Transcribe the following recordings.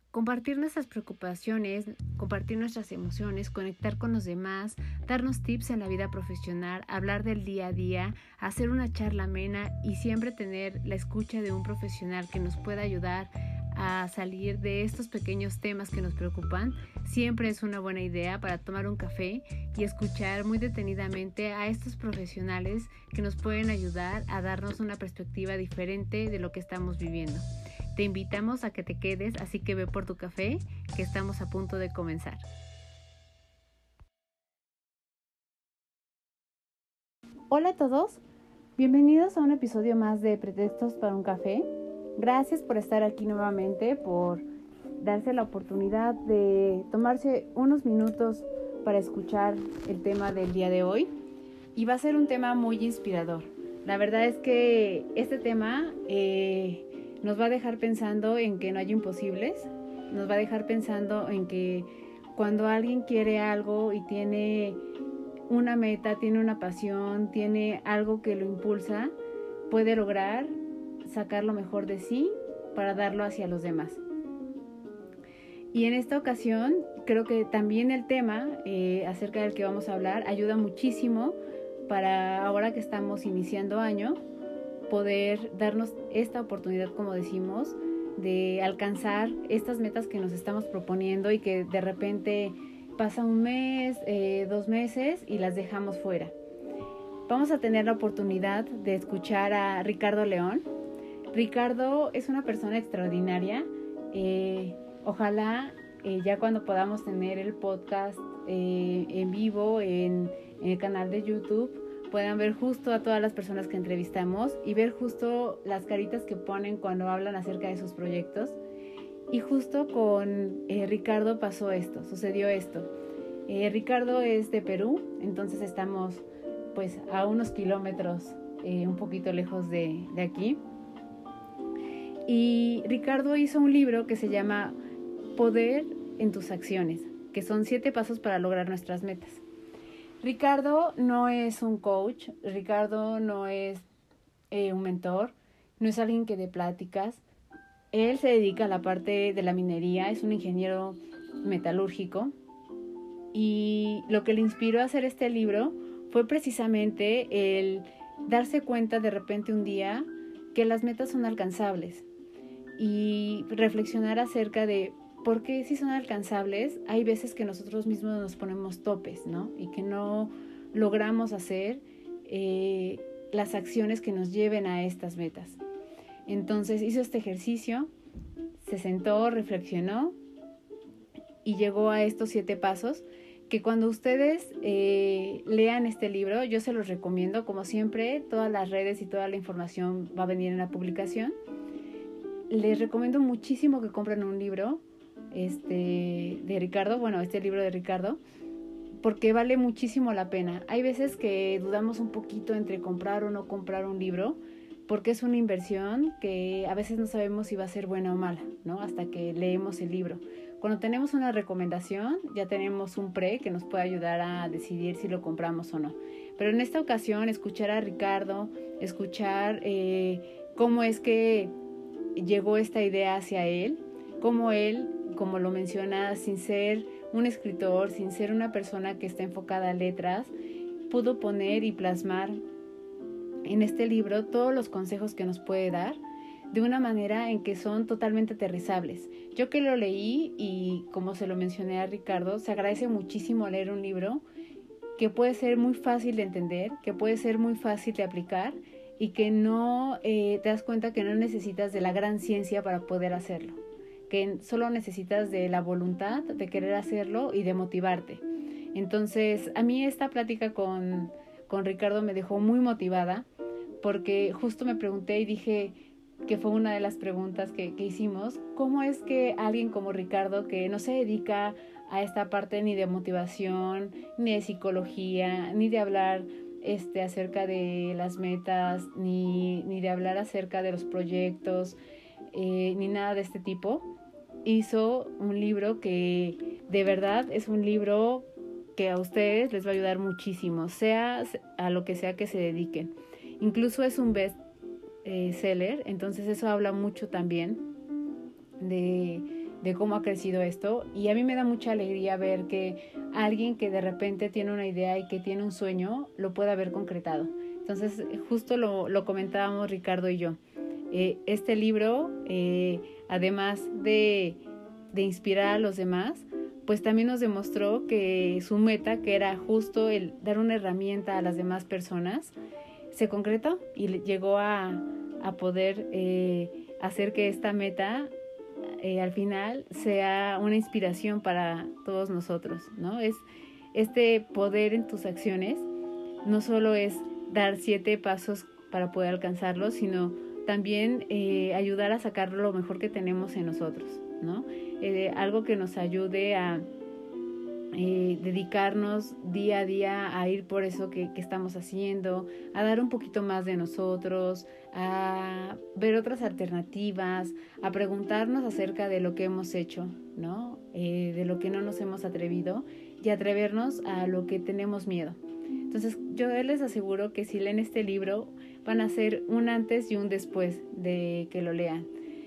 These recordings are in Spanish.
Compartir nuestras preocupaciones, compartir nuestras emociones, conectar con los demás, darnos tips en la vida profesional, hablar del día a día, hacer una charla amena y siempre tener la escucha de un profesional que nos pueda ayudar a salir de estos pequeños temas que nos preocupan, siempre es una buena idea para tomar un café y escuchar muy detenidamente a estos profesionales que nos pueden ayudar a darnos una perspectiva diferente de lo que estamos viviendo. Te invitamos a que te quedes, así que ve por tu café, que estamos a punto de comenzar. Hola a todos, bienvenidos a un episodio más de Pretextos para un café. Gracias por estar aquí nuevamente, por darse la oportunidad de tomarse unos minutos para escuchar el tema del día de hoy. Y va a ser un tema muy inspirador. La verdad es que este tema nos va a dejar pensando en que no hay imposibles, nos va a dejar pensando en que cuando alguien quiere algo y tiene una meta, tiene una pasión, tiene algo que lo impulsa, puede lograr sacar lo mejor de sí para darlo hacia los demás. Y en esta ocasión creo que también el tema acerca del que vamos a hablar ayuda muchísimo para ahora que estamos iniciando año, poder darnos esta oportunidad, como decimos, de alcanzar estas metas que nos estamos proponiendo y que de repente pasa un mes, 2 meses y las dejamos fuera. Vamos a tener la oportunidad de escuchar a Ricardo León. Ricardo es una persona extraordinaria. Ojalá ya cuando podamos tener el podcast en vivo en el canal de YouTube, puedan ver justo a todas las personas que entrevistamos y ver justo las caritas que ponen cuando hablan acerca de sus proyectos. Y justo con Ricardo sucedió esto. Ricardo es de Perú, entonces estamos pues a unos kilómetros un poquito lejos de aquí. Y Ricardo hizo un libro que se llama Poder en tus acciones, que son 7 pasos para lograr nuestras metas. Ricardo no es un coach, Ricardo no es un mentor, no es alguien que dé pláticas. Él se dedica a la parte de la minería, es un ingeniero metalúrgico. Y lo que le inspiró a hacer este libro fue precisamente el darse cuenta de repente un día que las metas son alcanzables y reflexionar acerca de por qué si son alcanzables hay veces que nosotros mismos nos ponemos topes, ¿no? Y que no logramos hacer las acciones que nos lleven a estas metas. Entonces hizo este ejercicio, se sentó, reflexionó y llegó a estos 7 pasos que cuando ustedes lean este libro, yo se los recomiendo. Como siempre, todas las redes y toda la información va a venir en la publicación. Les recomiendo muchísimo que compren un libro de Ricardo, este libro de Ricardo, porque vale muchísimo la pena. Hay veces que dudamos un poquito entre comprar o no comprar un libro, porque es una inversión que a veces no sabemos si va a ser buena o mala, ¿no? Hasta que leemos el libro. Cuando tenemos una recomendación, ya tenemos un que nos puede ayudar a decidir si lo compramos o no. Pero en esta ocasión, escuchar a Ricardo, escuchar cómo es que llegó esta idea hacia él, cómo él, como lo menciona, sin ser un escritor, sin ser una persona que está enfocada a letras, pudo poner y plasmar en este libro todos los consejos que nos puede dar de una manera en que son totalmente aterrizables. Yo que lo leí y como se lo mencioné a Ricardo, se agradece muchísimo leer un libro que puede ser muy fácil de entender, que puede ser muy fácil de aplicar y que no te das cuenta que no necesitas de la gran ciencia para poder hacerlo, que solo necesitas de la voluntad de querer hacerlo y de motivarte. Entonces, a mí esta plática con Ricardo me dejó muy motivada porque justo me pregunté y dije, que fue una de las preguntas que hicimos, ¿cómo es que alguien como Ricardo, que no se dedica a esta parte ni de motivación, ni de psicología, ni de hablar acerca de las metas, ni de hablar acerca de los proyectos, ni nada de este tipo, hizo un libro que de verdad es un libro que a ustedes les va a ayudar muchísimo, sea a lo que sea que se dediquen? Incluso es un seller, entonces eso habla mucho también de de cómo ha crecido esto, y a mí me da mucha alegría ver que alguien que de repente tiene una idea y que tiene un sueño lo pueda ver concretado. Entonces justo lo comentábamos Ricardo y yo. Este libro, además de inspirar a los demás, pues también nos demostró que su meta, que era justo el dar una herramienta a las demás personas, se concretó y llegó a poder hacer que esta meta al final sea una inspiración para todos nosotros, ¿no? Es este poder en tus acciones, no solo es dar 7 pasos para poder alcanzarlo, sino también ayudar a sacar lo mejor que tenemos en nosotros, ¿no? Algo que nos ayude a dedicarnos día a día a ir por eso que estamos haciendo, a dar un poquito más de nosotros, a ver otras alternativas, a preguntarnos acerca de lo que hemos hecho, ¿no? De lo que no nos hemos atrevido y atrevernos a lo que tenemos miedo. Entonces yo les aseguro que si leen este libro van a ser un antes y un después de que lo lean.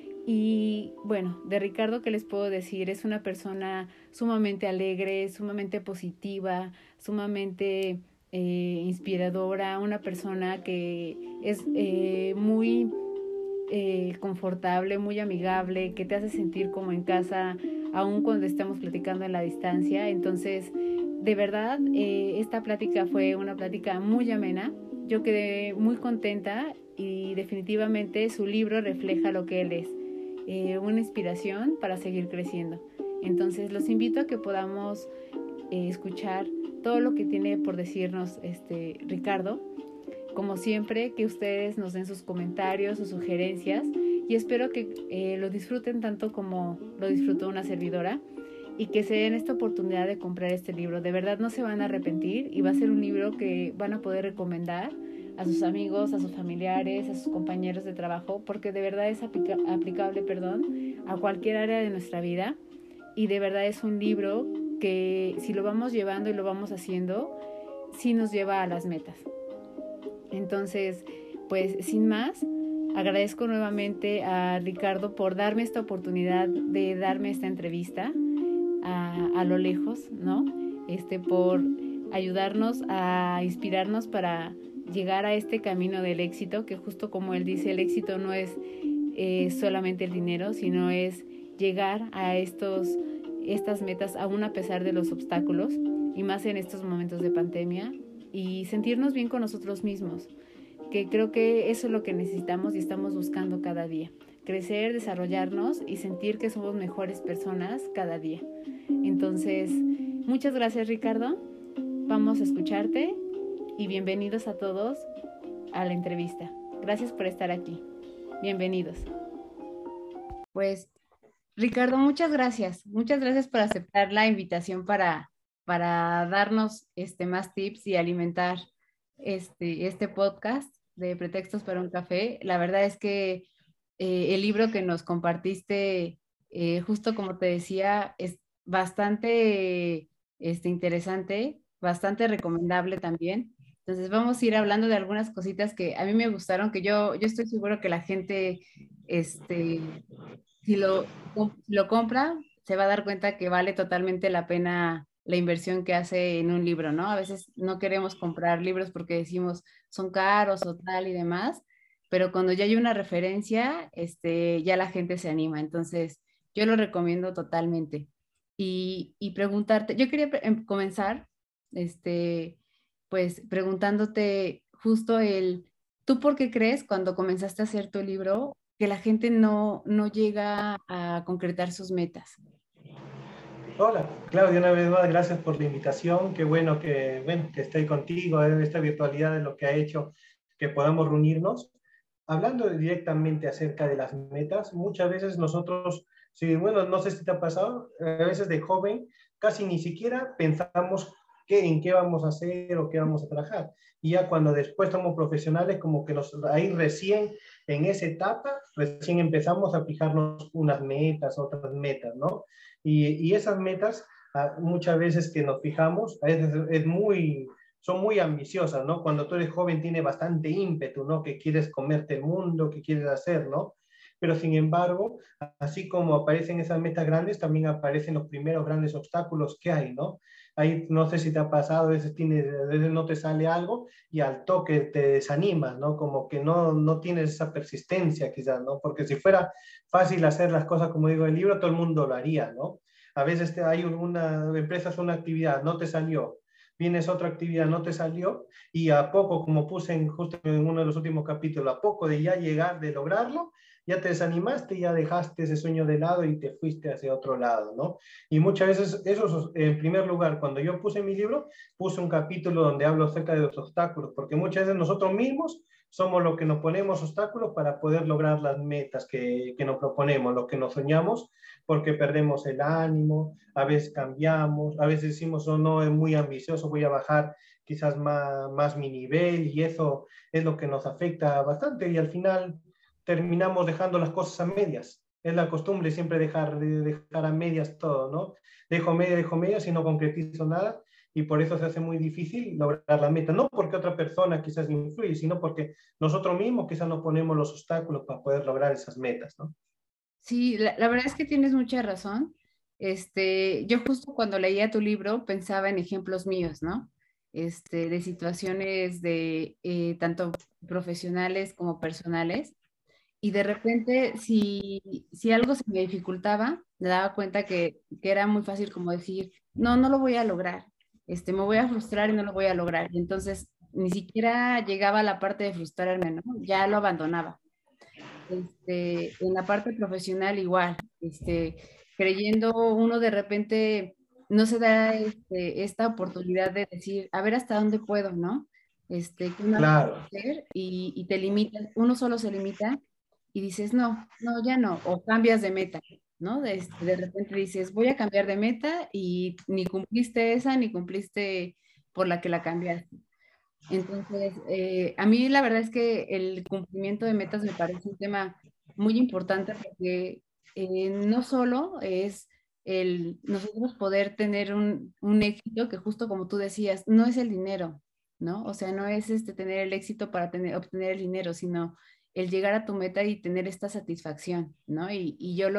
Y bueno, de Ricardo, ¿qué les puedo decir? Es una persona sumamente alegre, sumamente positiva, sumamente inspiradora, una persona que es muy confortable, muy amigable, que te hace sentir como en casa, aun cuando estemos platicando en la distancia. Entonces, de verdad, esta plática fue una plática muy amena. Yo quedé muy contenta y definitivamente su libro refleja lo que él es. Una inspiración para seguir creciendo. Entonces los invito a que podamos escuchar todo lo que tiene por decirnos Ricardo. Como siempre, que ustedes nos den sus comentarios, sus sugerencias, y espero que lo disfruten tanto como lo disfrutó una servidora, y que se den esta oportunidad de comprar este libro. De verdad no se van a arrepentir y va a ser un libro que van a poder recomendar a sus amigos, a sus familiares, a sus compañeros de trabajo, porque de verdad es aplicable, a cualquier área de nuestra vida, y de verdad es un libro que si lo vamos llevando y lo vamos haciendo, sí nos lleva a las metas. Entonces, pues sin más, agradezco nuevamente a Ricardo por darme esta oportunidad de darme esta entrevista a lo lejos, ¿no? Por ayudarnos a inspirarnos para llegar a este camino del éxito, que justo como él dice, el éxito no es solamente el dinero, sino es llegar a estas metas aún a pesar de los obstáculos, y más en estos momentos de pandemia, y sentirnos bien con nosotros mismos, que creo que eso es lo que necesitamos y estamos buscando cada día. Crecer, desarrollarnos y sentir que somos mejores personas cada día. Entonces, muchas gracias, Ricardo. Vamos a escucharte y bienvenidos a todos a la entrevista. Gracias por estar aquí. Bienvenidos. Pues, Ricardo, muchas gracias. Muchas gracias por aceptar la invitación para darnos más tips y alimentar este podcast de Pretextos para un Café. La verdad es que el libro que nos compartiste, justo como te decía, es bastante interesante, bastante recomendable también. Entonces vamos a ir hablando de algunas cositas que a mí me gustaron, que yo estoy seguro que la gente, si lo compra, se va a dar cuenta que vale totalmente la pena la inversión que hace en un libro, ¿no? A veces no queremos comprar libros porque decimos son caros o tal y demás, pero cuando ya hay una referencia, ya la gente se anima. Entonces, yo lo recomiendo totalmente. Y preguntarte, yo quería comenzar, pues preguntándote justo ¿tú por qué crees cuando comenzaste a hacer tu libro que la gente no llega a concretar sus metas? Hola, Claudia, una vez más, gracias por la invitación. Qué bueno que estoy contigo en esta virtualidad de lo que ha hecho que podamos reunirnos. Hablando directamente acerca de las metas, muchas veces nosotros, sí, bueno, no sé si te ha pasado, a veces de joven casi ni siquiera pensamos en qué vamos a hacer o qué vamos a trabajar. Y ya cuando después somos profesionales, como que ahí recién, en esa etapa, recién empezamos a fijarnos unas metas, otras metas, ¿no? Y esas metas, muchas veces que nos fijamos, a veces son muy ambiciosas, ¿no? Cuando tú eres joven tiene bastante ímpetu, ¿no? Que quieres comerte el mundo, que quieres hacer, ¿no? pero sin embargo, así como aparecen esas metas grandes, también aparecen los primeros grandes obstáculos que hay, ¿no? Ahí no sé si te ha pasado, a veces no te sale algo y al toque te desanimas, ¿no? Como que no tienes esa persistencia quizás, ¿no? Porque si fuera fácil hacer las cosas como digo en el libro, todo el mundo lo haría, ¿no? A veces hay una empresa, hace una actividad, no te salió, vienes a otra actividad, no te salió, y a poco, como puse justo en uno de los últimos capítulos, a poco de ya llegar, de lograrlo, ya te desanimaste, ya dejaste ese sueño de lado y te fuiste hacia otro lado, ¿no? Y muchas veces, eso, en primer lugar, cuando yo puse mi libro, puse un capítulo donde hablo acerca de los obstáculos, porque muchas veces nosotros mismos somos los que nos ponemos obstáculos para poder lograr las metas que nos proponemos, lo que nos soñamos, porque perdemos el ánimo, a veces cambiamos, a veces decimos, oh, no, es muy ambicioso, voy a bajar quizás más mi nivel y eso es lo que nos afecta bastante y al final terminamos dejando las cosas a medias. Es la costumbre siempre dejar a medias todo, ¿no? Dejo medias y no concretizo nada y por eso se hace muy difícil lograr la meta. No porque otra persona quizás influye, sino porque nosotros mismos quizás nos ponemos los obstáculos para poder lograr esas metas, ¿no? Sí, la verdad es que tienes mucha razón. Yo justo cuando leía tu libro pensaba en ejemplos míos, ¿no? De situaciones de tanto profesionales como personales. Y de repente, si algo se me dificultaba, me daba cuenta que era muy fácil como decir, no, no lo voy a lograr. Me voy a frustrar y no lo voy a lograr. Y entonces ni siquiera llegaba a la parte de frustrarme, ¿no? Ya lo abandonaba. En la parte profesional igual, creyendo uno de repente no se da esta oportunidad de decir, a ver hasta dónde puedo, ¿no? ¿Qué más puedo Claro, hacer? Y te limitas, uno solo se limita y dices, no, no, ya no, o cambias de meta, ¿no? De repente dices, voy a cambiar de meta y ni cumpliste esa, ni cumpliste por la que la cambiaste. Entonces, a mí la verdad es que el cumplimiento de metas me parece un tema muy importante porque no solo es el nosotros poder tener un éxito que justo como tú decías, no es el dinero, ¿no? O sea, no es tener el éxito para obtener el dinero, sino el llegar a tu meta y tener esta satisfacción, ¿no? Y yo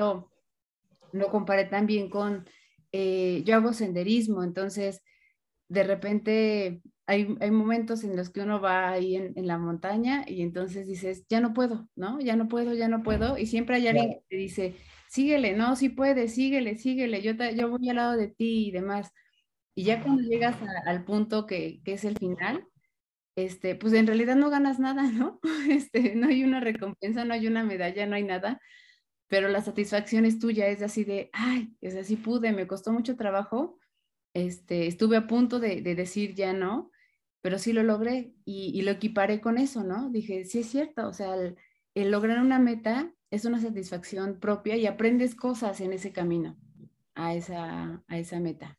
lo comparé también con, yo hago senderismo, entonces de repente hay momentos en los que uno va ahí en la montaña y entonces dices, ya no puedo, ¿no? Ya no puedo, ya no puedo. Y siempre hay alguien que claro. te dice, síguele, no, sí puedes, síguele, síguele, yo voy al lado de ti y demás. Y ya cuando llegas al punto que es el final, pues en realidad no ganas nada, ¿no? No hay una recompensa, no hay una medalla, no hay nada, pero la satisfacción es tuya, es así de, ay, es así pude, me costó mucho trabajo, estuve a punto de decir ya no, pero sí lo logré y lo equiparé con eso, ¿no? Dije, sí es cierto, o sea, el lograr una meta es una satisfacción propia y aprendes cosas en ese camino a esa meta.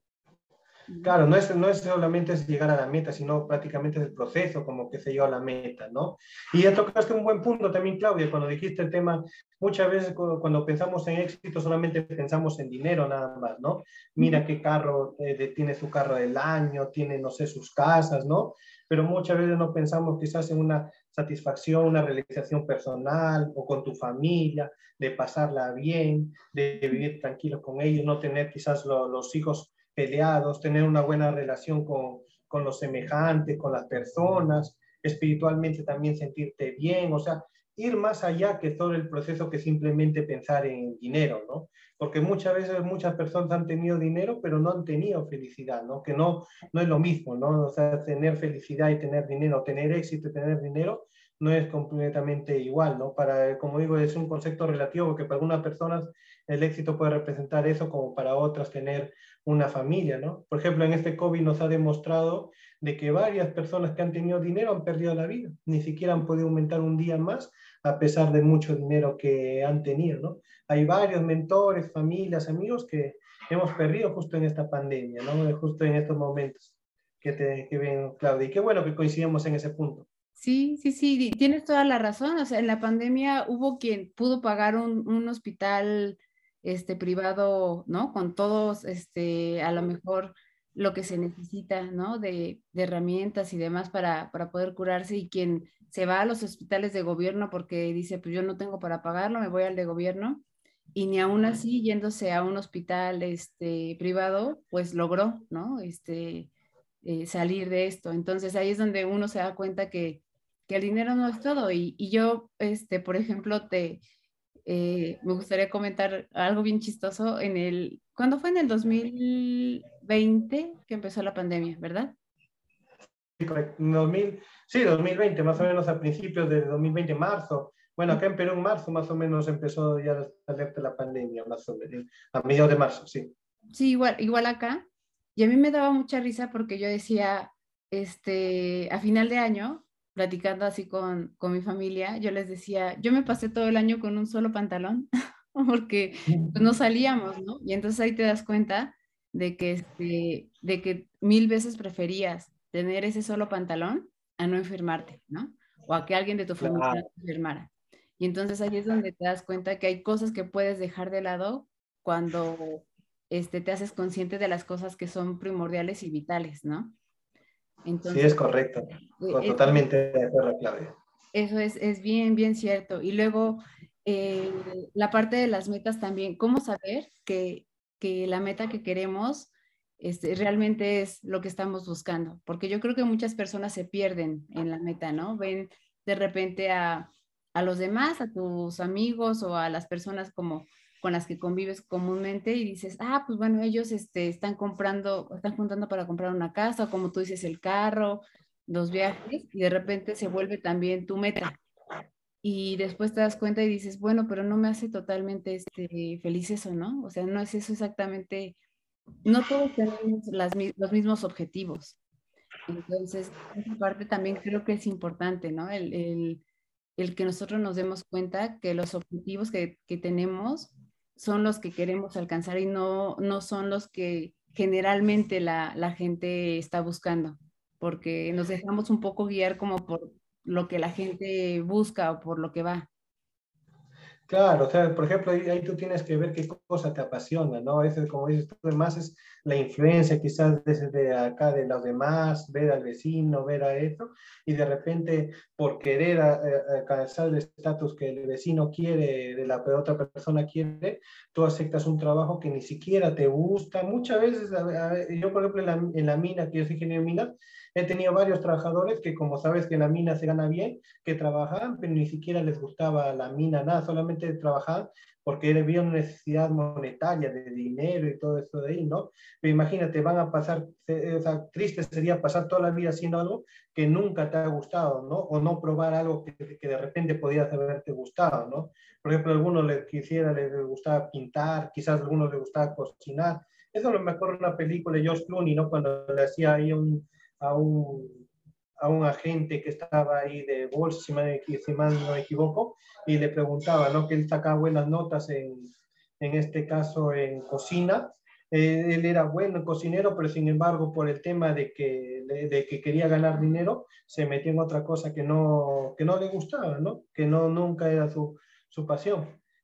¿No? Claro, no es solamente es llegar a la meta, sino prácticamente es el proceso como que se llegó a la meta, ¿no? Y ya tocaste un buen punto también, Claudia, cuando dijiste el tema, muchas veces cuando pensamos en éxito solamente pensamos en dinero nada más, ¿no? Ujú. Mira qué carro, tiene su carro del año, tiene, no sé, sus casas, ¿no? Pero muchas veces no pensamos quizás en una satisfacción, una realización personal o con tu familia, de pasarla bien, de vivir tranquilos con ellos, no tener quizás los hijos peleados, tener una buena relación con los semejantes, con las personas, espiritualmente también sentirte bien, o sea, ir más allá que todo el proceso que simplemente pensar en dinero, ¿no? Porque muchas veces muchas personas han tenido dinero, pero no han tenido felicidad, ¿no? Que no es lo mismo, ¿no? O sea, tener felicidad y tener dinero, tener éxito y tener dinero, no es completamente igual, ¿no? Como digo, es un concepto relativo, porque para algunas personas el éxito puede representar eso, como para otras tener una familia, ¿no? Por ejemplo, en este COVID nos ha demostrado de que varias personas que han tenido dinero han perdido la vida, ni siquiera han podido aumentar un día más a pesar de mucho dinero que han tenido, ¿no? Hay varios mentores, familias, amigos que hemos perdido justo en esta pandemia, ¿no? Justo en estos momentos que ven, Claudia. Y qué bueno que coincidimos en ese punto. Sí, sí, sí, tienes toda la razón. O sea, en la pandemia hubo quien pudo pagar un hospital privado, ¿no? Con todos, a lo mejor lo que se necesita, ¿no? De herramientas y demás para poder curarse, y quien se va a los hospitales de gobierno porque dice, pues yo no tengo para pagarlo, me voy al de gobierno, y ni aún así yéndose a un hospital privado, pues logró, ¿no? Salir de esto. Entonces ahí es donde uno se da cuenta que el dinero no es todo. Y yo, por ejemplo, me gustaría comentar algo bien chistoso ¿cuándo fue? En el 2020 que empezó la pandemia, ¿verdad? Sí, correcto. 2000, sí, 2020, más o menos a principios de 2020, marzo. Bueno, acá en Perú en marzo más o menos empezó ya a alerta la pandemia, más o menos, a mediados de marzo, sí. Sí, igual acá. Y a mí me daba mucha risa porque yo decía, a final de año, platicando así con mi familia, yo les decía, yo me pasé todo el año con un solo pantalón, porque pues, no salíamos, ¿no? Y entonces ahí te das cuenta de que mil veces preferías tener ese solo pantalón a no enfermarte, ¿no? O a que alguien de tu familia no Claro. se enfermara. Y entonces ahí es donde te das cuenta que hay cosas que puedes dejar de lado cuando te haces consciente de las cosas que son primordiales y vitales, ¿no? Sí, Entonces, es correcto. eh, eh, Totalmente de acuerdo, Claudia. eso es bien, bien cierto. Y luego, la parte de las metas también, ¿cómo saber que la meta que queremos realmente es lo que estamos buscando? Porque yo creo que muchas personas se pierden en la meta, ¿no? Ven de repente a los demás, a tus amigos o a las personas como con las que convives comúnmente y dices, ah, pues bueno, ellos están juntando para comprar una casa, o como tú dices, el carro, los viajes, y de repente se vuelve también tu meta. Y después te das cuenta y dices, bueno, pero no me hace totalmente feliz eso, ¿no? O sea, no es eso exactamente, no todos tenemos los mismos objetivos. Entonces, esa parte también creo que es importante, ¿no? El que nosotros nos demos cuenta que los objetivos que tenemos son los que queremos alcanzar y no son los que generalmente la gente está buscando, porque nos dejamos un poco guiar como por lo que la gente busca o por lo que va. Claro, o sea, por ejemplo, ahí tú tienes que ver qué cosa te apasiona, ¿no? A veces, como dices tú, además es la influencia quizás desde acá de los demás, ver al vecino, ver a esto, y de repente por querer alcanzar el estatus que el vecino quiere, de la otra persona quiere, tú aceptas un trabajo que ni siquiera te gusta. Muchas veces, yo por ejemplo en la mina, que yo soy ingeniero de minas, he tenido varios trabajadores que como sabes que en la mina se gana bien, que trabajaban, pero ni siquiera les gustaba la mina, nada, solamente trabajaban porque había una necesidad monetaria de dinero y todo eso de ahí, ¿no? Pero imagínate, van a pasar, o sea, triste sería pasar toda la vida haciendo algo que nunca te ha gustado, ¿no? O no probar algo que de repente podías haberte gustado, ¿no? Por ejemplo, a algunos les gustaba pintar, quizás a algunos les gustaba cocinar. Eso lo me acuerdo en una película de George Clooney, ¿no? Cuando le hacía ahí a un a un agente que estaba ahí de bolsa, si mal no me equivoco, y le preguntaba, ¿no? Que él sacaba buenas notas en este caso en cocina. Él era bueno cocinero, pero sin embargo, por el tema de que quería ganar dinero, se metió en otra cosa que no le gustaba, ¿no? Que no, nunca era su pasión.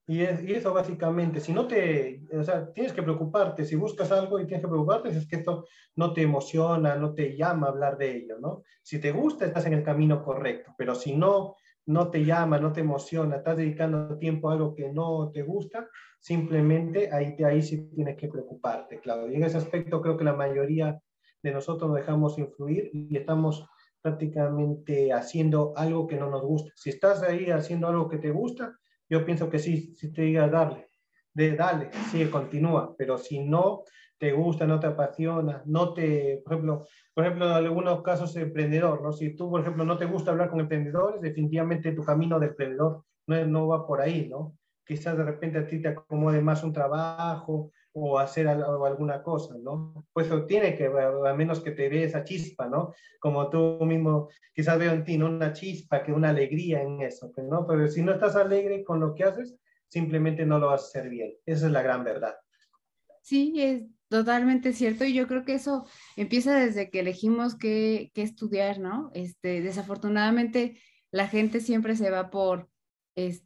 Y eso básicamente, si no o sea, tienes que preocuparte, si buscas algo y tienes que preocuparte, es que esto no te emociona, no te llama a hablar de ello, ¿no? Si te gusta, estás en el camino correcto, pero si no te llama, no te emociona, estás dedicando tiempo a algo que no te gusta, simplemente ahí sí tienes que preocuparte, claro. Y en ese aspecto creo que la mayoría de nosotros nos dejamos influir y estamos prácticamente haciendo algo que no nos gusta. Si estás ahí haciendo algo que te gusta, yo pienso que sí, si te diga dale, sigue, continúa, pero si no te gusta, no te apasiona, por ejemplo, en algunos casos emprendedor, ¿no? Si tú, por ejemplo, no te gusta hablar con emprendedores, definitivamente tu camino de emprendedor no va por ahí, ¿no? Quizás de repente a ti te acomode más un trabajo o hacer alguna cosa, ¿no? Pues eso tiene que ver, a menos que te dé esa chispa, ¿no? Como tú mismo, quizás veo en ti, ¿no? Una chispa, que una alegría en eso, ¿no? Pero si no estás alegre con lo que haces, simplemente no lo vas a hacer bien. Esa es la gran verdad. Sí, es totalmente cierto, y yo creo que eso empieza desde que elegimos qué estudiar, ¿no? Desafortunadamente la gente siempre se va por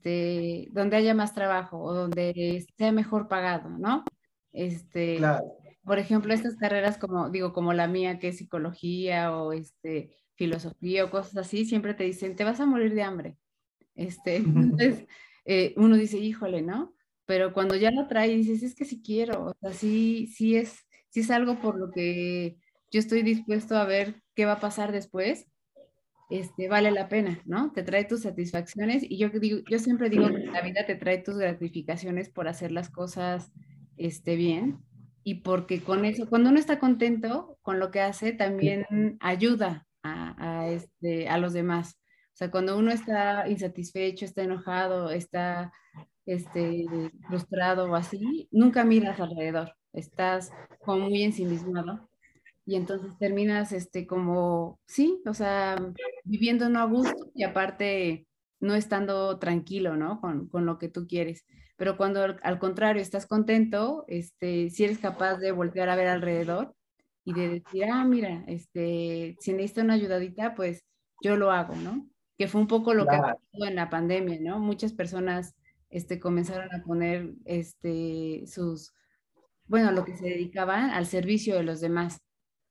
donde haya más trabajo o donde sea mejor pagado, ¿no? Este, Claro. por ejemplo, estas carreras como, digo, como la mía, que es psicología o filosofía o cosas así, siempre te dicen, te vas a morir de hambre. Entonces, uno dice, híjole, ¿no? Pero cuando ya lo trae, dices, es que sí quiero, o sea, sí es algo por lo que yo estoy dispuesto a ver qué va a pasar después, vale la pena, ¿no? Te trae tus satisfacciones y yo digo, yo siempre digo que la vida te trae tus gratificaciones por hacer las cosas, bien y porque con eso, cuando uno está contento con lo que hace, también ayuda a los demás. O sea, cuando uno está insatisfecho, está enojado, está, frustrado o así, nunca miras alrededor, estás como muy ensimismado y entonces terminas, como, sí, o sea, viviendo no a gusto y aparte no estando tranquilo, ¿no? Con lo que tú quieres. Pero cuando al contrario estás contento, si eres capaz de voltear a ver alrededor y de decir, ah, mira, si necesito una ayudadita, pues yo lo hago, ¿no? Que fue un poco lo que ha Claro. pasado en la pandemia, ¿no? Muchas personas, comenzaron a poner, bueno, lo que se dedicaban al servicio de los demás.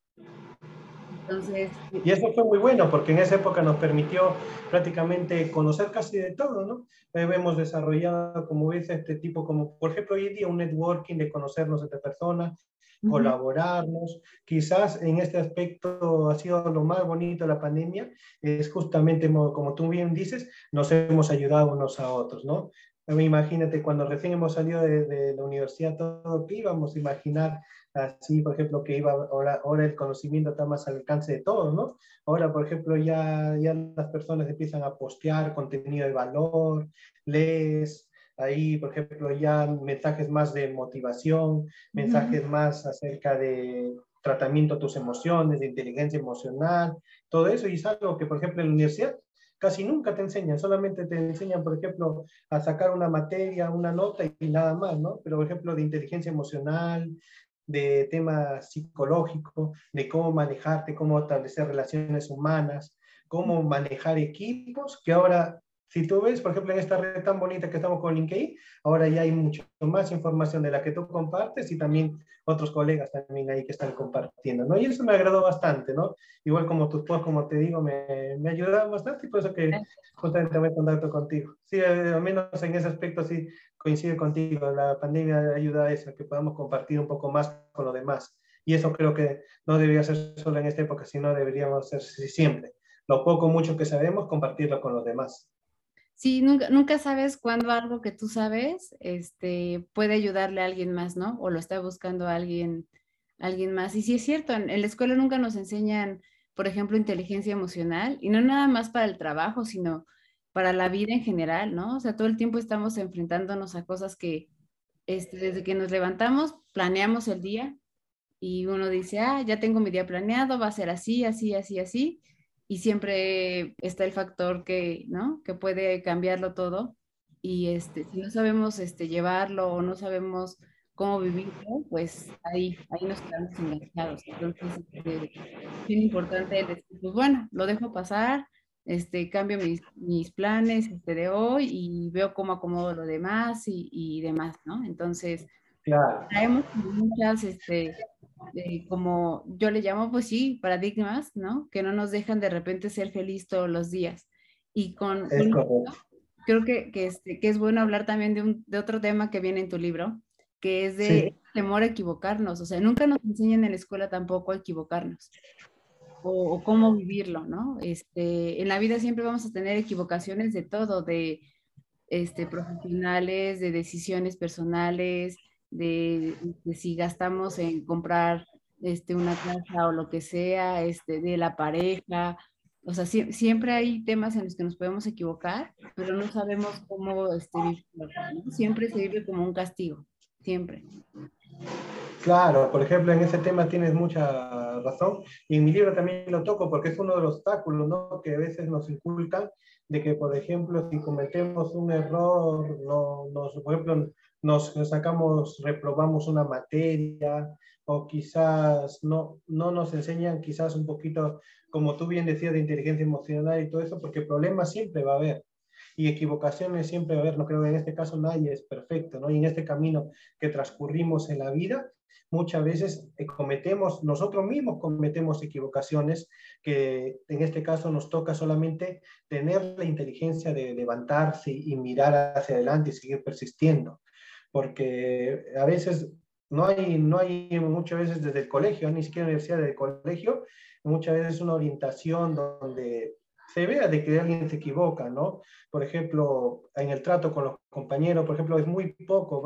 Entonces, Y eso fue muy bueno porque en esa época nos permitió prácticamente conocer casi de todo, ¿no? Hemos desarrollado, como ves, este tipo, como por ejemplo hoy en día un networking de conocernos entre personas, ujú, colaborarnos. Quizás en este aspecto ha sido lo más bonito de la pandemia, es justamente, como tú bien dices, nos hemos ayudado unos a otros, ¿no? Imagínate, cuando recién hemos salido de la universidad, todo que íbamos a imaginar así, por ejemplo, que iba ahora el conocimiento está más al alcance de todos, ¿no? Ahora, por ejemplo, ya las personas empiezan a postear contenido de valor, lees ahí, por ejemplo, ya mensajes más de motivación, ujú. mensajes más acerca de tratamiento de tus emociones, de inteligencia emocional, todo eso, y es algo que, por ejemplo, en la universidad casi nunca te enseñan, solamente te enseñan, por ejemplo, a sacar una materia, una nota y nada más, ¿no? Pero, por ejemplo, de inteligencia emocional, de temas psicológicos, de cómo manejarte, cómo establecer relaciones humanas, cómo manejar equipos, que ahora, si tú ves, por ejemplo, en esta red tan bonita que estamos con LinkedIn, ahora ya hay mucho más información de la que tú compartes y también otros colegas también ahí que están compartiendo, ¿no? Y eso me agradó bastante, ¿no? Igual como tus posts, como te digo, me ayudaron bastante y por eso que justamente me contacto contigo. Sí, al menos en ese aspecto sí coincide contigo, la pandemia ayuda a eso, que podamos compartir un poco más con los demás. Y eso creo que no debería ser solo en esta época, sino deberíamos ser siempre. Lo poco o mucho que sabemos, compartirlo con los demás. Sí, nunca sabes cuándo algo que tú sabes, puede ayudarle a alguien más, ¿no? O lo está buscando alguien más. Y sí es cierto, en la escuela nunca nos enseñan, por ejemplo, inteligencia emocional, y no nada más para el trabajo, sino para la vida en general, ¿no? O sea, todo el tiempo estamos enfrentándonos a cosas que, desde que nos levantamos, planeamos el día y uno dice, ah, ya tengo mi día planeado, va a ser así, así, así, así, y siempre está el factor que, ¿no? Que puede cambiarlo todo, y si no sabemos llevarlo o no sabemos cómo vivirlo, pues ahí nos quedamos enganchados. Entonces, es bien importante el decir, pues bueno, lo dejo pasar, cambio mis planes de hoy y veo cómo acomodo lo demás y demás, ¿no? Entonces, Claro, traemos muchas, como yo le llamo, pues sí, paradigmas, ¿no? Que no nos dejan de repente ser feliz todos los días. Y es correcto. creo que es bueno hablar también de otro tema que viene en tu libro, que es de Sí, temor a equivocarnos. O sea, nunca nos enseñan en la escuela tampoco a equivocarnos o cómo vivirlo, ¿no? En la vida siempre vamos a tener equivocaciones de todo, profesionales, de decisiones personales, de si gastamos en comprar una casa o lo que sea, de la pareja. O sea, siempre hay temas en los que nos podemos equivocar, pero no sabemos cómo vivirlo, ¿no? Siempre se vive como un castigo, siempre. claro, por ejemplo, en ese tema tienes mucha razón y en mi libro también lo toco porque es uno de los obstáculos, ¿no? Que a veces nos inculcan de que, por ejemplo, si cometemos un error, por ejemplo, nos sacamos, reprobamos una materia o quizás no nos enseñan quizás un poquito, como tú bien decías, de inteligencia emocional y todo eso, porque problemas siempre va a haber. Y equivocaciones siempre va a haber, no creo que en este caso nadie es perfecto, ¿no? Y en este camino que transcurrimos en la vida, muchas veces nosotros mismos cometemos equivocaciones que en este caso nos toca solamente tener la inteligencia de levantarse y mirar hacia adelante y seguir persistiendo. Porque a veces no hay muchas veces desde el colegio, ni siquiera universidad, desde el colegio, muchas veces una orientación donde se vea de que alguien se equivoca, ¿no? Por ejemplo, en el trato con los compañeros, por ejemplo, es muy poco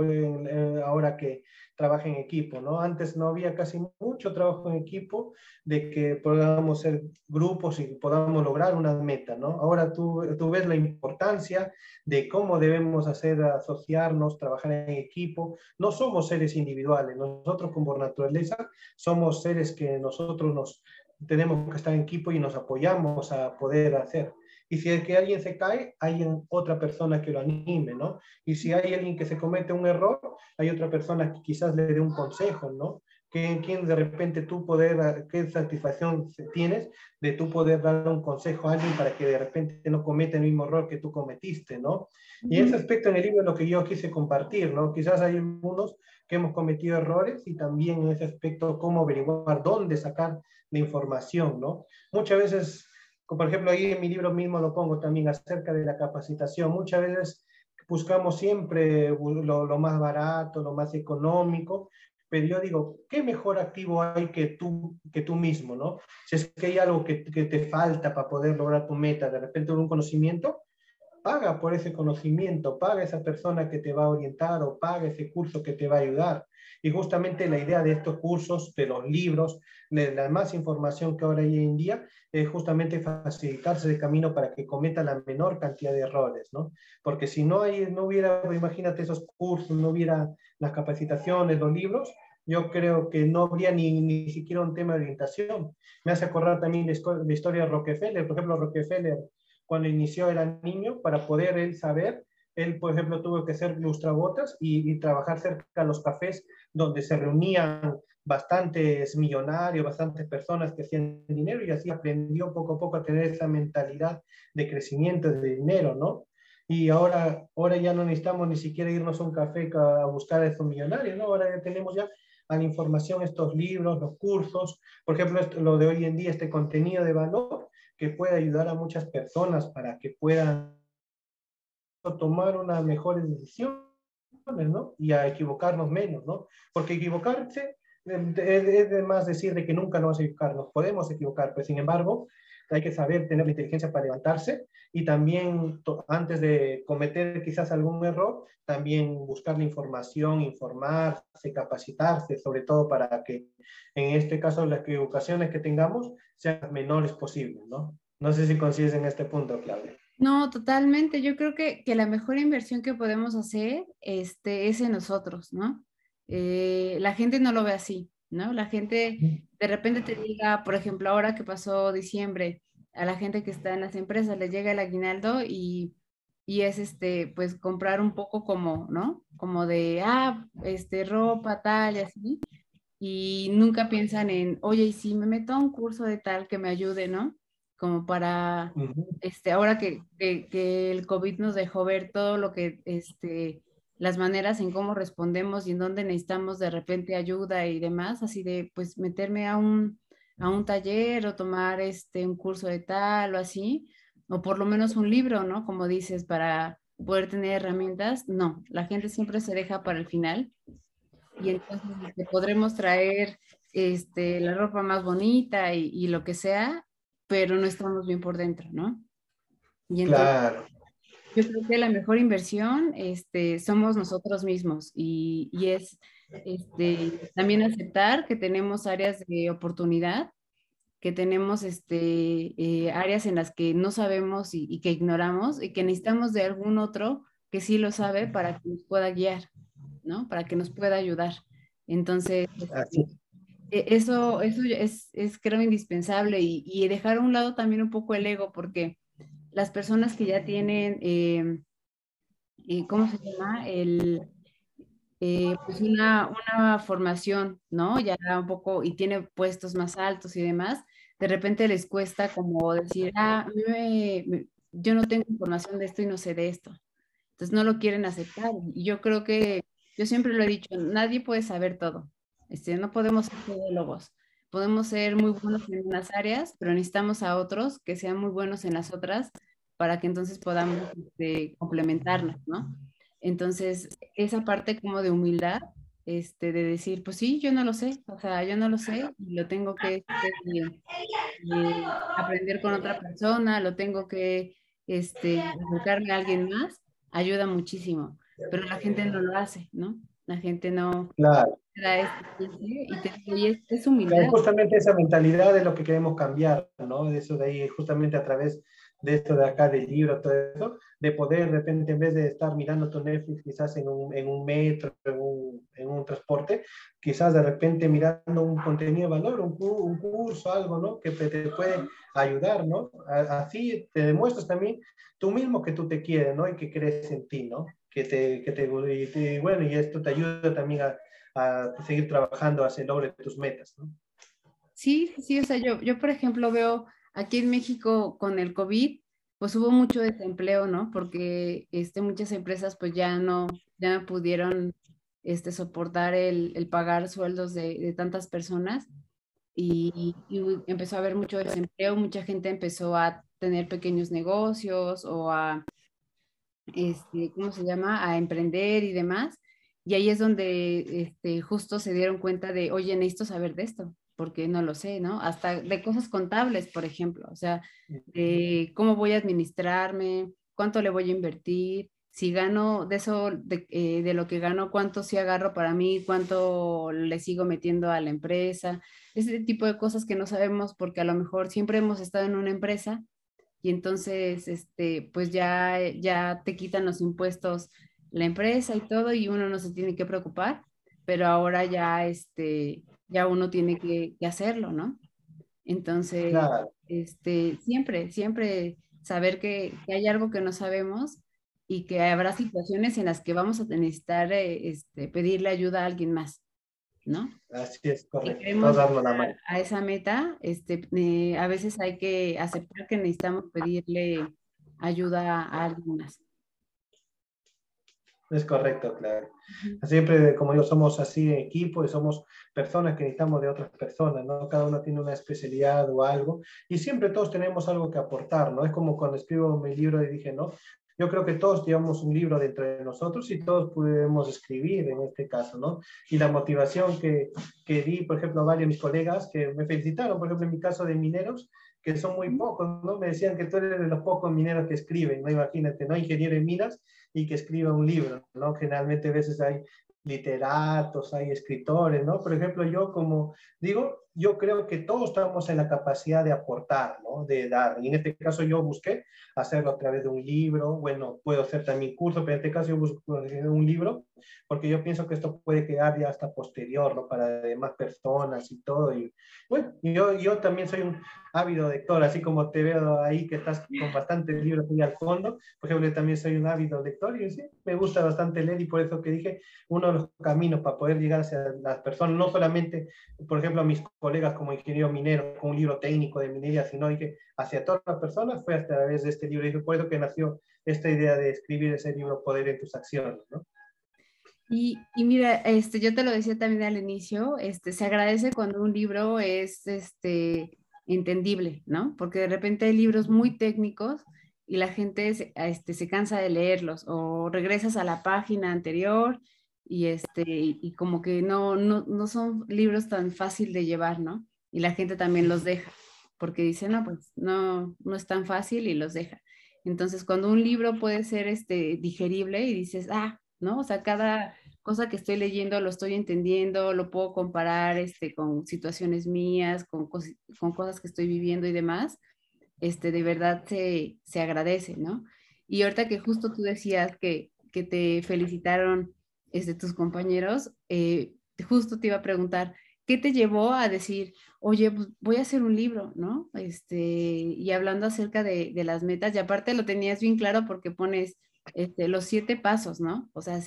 ahora que trabaja en equipo, ¿no? Antes no había casi mucho trabajo en equipo de que podamos ser grupos y podamos lograr una meta, ¿no? Ahora tú ves la importancia de cómo debemos hacer asociarnos, trabajar en equipo. No somos seres individuales, nosotros como naturaleza somos seres que nosotros tenemos que estar en equipo y nos apoyamos a poder hacer. Y si es que alguien se cae, hay otra persona que lo anime, ¿no? Y si hay alguien que se comete un error, hay otra persona que quizás le dé un consejo, ¿no? ¿Quién de repente qué satisfacción tienes de tú poder dar un consejo a alguien para que de repente no cometa el mismo error que tú cometiste, ¿no? Y ese aspecto en el libro es lo que yo quise compartir, ¿no? Quizás hay algunos que hemos cometido errores y también en ese aspecto cómo averiguar dónde sacar la información, ¿no? Muchas veces, por ejemplo, ahí en mi libro mismo lo pongo también acerca de la capacitación. Muchas veces buscamos siempre lo más barato, lo más económico, pero yo digo, ¿qué mejor activo hay que tú mismo, ¿no? Si es que hay algo que te falta para poder lograr tu meta, de repente un conocimiento, paga por ese conocimiento, paga esa persona que te va a orientar o paga ese curso que te va a ayudar. Y justamente la idea de estos cursos, de los libros, de la más información que ahora hay hoy en día, es justamente facilitarse el camino para que cometa la menor cantidad de errores, ¿no? Porque si no hubiera, imagínate esos cursos, no hubiera las capacitaciones, los libros, yo creo que no habría ni siquiera un tema de orientación. Me hace acordar también la historia de Rockefeller. Por ejemplo, Rockefeller cuando inició era niño, para poder él saber, él, por ejemplo, tuvo que ser lustrabotas y trabajar cerca de los cafés donde se reunían bastantes millonarios, bastantes personas que hacían dinero y así aprendió poco a poco a tener esa mentalidad de crecimiento de dinero, ¿no? Y ahora ya no necesitamos ni siquiera irnos a un café a buscar a esos millonarios, ¿no? Ahora ya tenemos ya a la información estos libros, los cursos, por ejemplo, lo de hoy en día, este contenido de valor, que puede ayudar a muchas personas para que puedan tomar unas mejores decisiones, ¿no? Y a equivocarnos menos, ¿no? Porque equivocarse es de más decir de que nunca nos vamos a equivocar, nos podemos equivocar, pero sin embargo hay que saber tener la inteligencia para levantarse y también antes de cometer quizás algún error, también buscar la información, informarse, capacitarse, sobre todo para que en este caso las equivocaciones que tengamos sean las menores posibles, ¿no? No sé si coincides en este punto, Claudia. No, totalmente. Yo creo que la mejor inversión que podemos hacer es en nosotros, ¿no? La gente no lo ve así, ¿no? La gente de repente te diga, por ejemplo, ahora que pasó diciembre, a la gente que está en las empresas les llega el aguinaldo y es pues comprar un poco como, ¿no? Como de, ropa, tal y así. Y nunca piensan en, oye, y si me meto a un curso de tal que me ayude, ¿no? Como para, Uh -huh. ahora que el COVID nos dejó ver todo lo que, las maneras en cómo respondemos y en dónde necesitamos de repente ayuda y demás, así de, pues, meterme a un taller o tomar, un curso de tal o así, o por lo menos un libro, ¿no? Como dices, para poder tener herramientas. No, la gente siempre se deja para el final y entonces podremos traer la ropa más bonita y lo que sea, pero no estamos bien por dentro, ¿no? Y entonces Claro. yo creo que la mejor inversión somos nosotros mismos y es también aceptar que tenemos áreas de oportunidad, que tenemos áreas en las que no sabemos y que ignoramos y que necesitamos de algún otro que sí lo sabe para que nos pueda guiar, ¿no? Para que nos pueda ayudar. Entonces, Así. eso es creo indispensable y dejar a un lado también un poco el ego, porque las personas que ya tienen, ¿cómo se llama? Pues una formación, ¿no? Ya un poco y tiene puestos más altos y demás, de repente les cuesta como decir, yo no tengo información de esto y no sé de esto. Entonces no lo quieren aceptar. Y yo creo que, yo siempre lo he dicho, nadie puede saber todo. No podemos ser todólogos. Podemos ser muy buenos en unas áreas, pero necesitamos a otros que sean muy buenos en las otras para que entonces podamos complementarnos, ¿no? Entonces, esa parte como de humildad, de decir, pues sí, yo no lo sé, o sea, yo no lo sé y lo tengo que aprender con otra persona, lo tengo que acercarme a alguien más, ayuda muchísimo, pero la gente no lo hace, ¿no? La gente no Claro. da este pulso y es Claro, humildad. justamente esa mentalidad es lo que queremos cambiar, ¿no? De eso de ahí, justamente a través de esto de acá, del libro, todo eso, de poder de repente, en vez de estar mirando tu Netflix quizás en un metro, en un transporte, quizás de repente mirando un contenido de valor, un curso, algo, ¿no? Que te puede ayudar, ¿no? Así te demuestras también tú mismo que tú te quieres, ¿no? Y que crees en ti, ¿no? Bueno, y esto te ayuda también a seguir trabajando hacia el logro de tus metas, ¿no? Sí, sí, o sea, yo por ejemplo veo aquí en México con el COVID, pues hubo mucho desempleo, ¿no? Porque muchas empresas pues ya no pudieron soportar el pagar sueldos de tantas personas y empezó a haber mucho desempleo, mucha gente empezó a tener pequeños negocios o a, ¿cómo se llama? A emprender y demás. Y ahí es donde justo se dieron cuenta de, oye, necesito saber de esto, porque no lo sé, ¿no? Hasta de cosas contables, por ejemplo, o sea, de cómo voy a administrarme, cuánto le voy a invertir, si gano de eso, de lo que gano, cuánto sí agarro para mí, cuánto le sigo metiendo a la empresa, ese tipo de cosas que no sabemos porque a lo mejor siempre hemos estado en una empresa y entonces, pues ya te quitan los impuestos la empresa y todo y uno no se tiene que preocupar, pero ahora ya, ya uno tiene que hacerlo, ¿no? Entonces, Claro. siempre saber que hay algo que no sabemos y que habrá situaciones en las que vamos a necesitar, pedirle ayuda a alguien más, ¿no? Así es, Si correcto. queremos Todos llegar darnos la mano. a esa meta, a veces hay que aceptar que necesitamos pedirle ayuda a alguien más. Es correcto, claro. Ujú. Siempre, como yo, somos así en equipo y somos personas que necesitamos de otras personas, ¿no? Cada uno tiene una especialidad o algo y siempre todos tenemos algo que aportar, ¿no? Es como cuando escribo mi libro y dije, ¿no? Yo creo que todos llevamos un libro dentro de nosotros y todos podemos escribir en este caso, ¿no? Y la motivación que di, por ejemplo, a varios de mis colegas que me felicitaron, por ejemplo, en mi caso de mineros, que son muy pocos, ¿no? Me decían que tú eres de los pocos mineros que escriben, ¿no? Imagínate, ¿no? Ingeniero en minas y que escriba un libro, ¿no? Generalmente a veces hay literatos, hay escritores, ¿no? Por ejemplo, yo como digo, yo creo que todos estamos en la capacidad de aportar, ¿no? De dar. Y en este caso yo busqué hacerlo a través de un libro, bueno, puedo hacer también curso, pero en este caso yo busco un libro porque yo pienso que esto puede quedar ya hasta posterior, ¿no? Para demás personas y todo. Y bueno, yo también soy un ávido lector, así como te veo ahí que estás con bastantes libros ahí al fondo. Por ejemplo, yo también soy un ávido lector y sí, me gusta bastante leer y por eso que dije, uno de los caminos para poder llegar hacia las personas, no solamente, por ejemplo, a mis colegas como ingeniero minero, con un libro técnico de minería, sino dije, hacia todas las personas fue a través de este libro. Y por eso que nació esta idea de escribir ese libro, Poder en tus acciones, ¿no? Y mira, yo te lo decía también al inicio, se agradece cuando un libro es, entendible, ¿no? Porque de repente hay libros muy técnicos y la gente se cansa de leerlos o regresas a la página anterior y como que no son libros tan fácil de llevar, ¿no? Y la gente también los deja porque dice, no, pues no es tan fácil y los deja. Entonces, cuando un libro puede ser digerible y dices, ah, ¿no? O sea, cada cosa que estoy leyendo lo estoy entendiendo, lo puedo comparar con situaciones mías, con cosas que estoy viviendo y demás, de verdad se agradece, ¿no? Y ahorita que justo tú decías que te felicitaron tus compañeros, justo te iba a preguntar, ¿qué te llevó a decir, oye, pues voy a hacer un libro, ¿no? Y hablando acerca de las metas, y aparte lo tenías bien claro porque pones los 7 pasos, ¿no? O sea,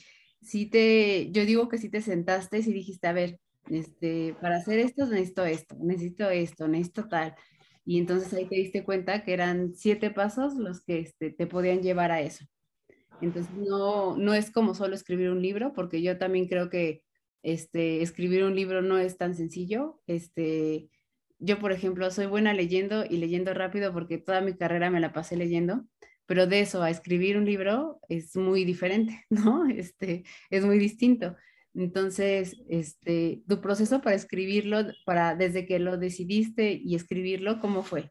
yo digo que sí te sentaste y dijiste, a ver, para hacer esto, necesito esto, necesito tal. Y entonces ahí te diste cuenta que eran 7 pasos los que te podían llevar a eso. Entonces no es como solo escribir un libro, porque yo también creo que escribir un libro no es tan sencillo. Yo, por ejemplo, soy buena leyendo y leyendo rápido porque toda mi carrera me la pasé leyendo, pero de eso a escribir un libro es muy diferente, ¿no? Es muy distinto. Entonces, tu proceso para escribirlo, desde que lo decidiste y escribirlo, ¿cómo fue?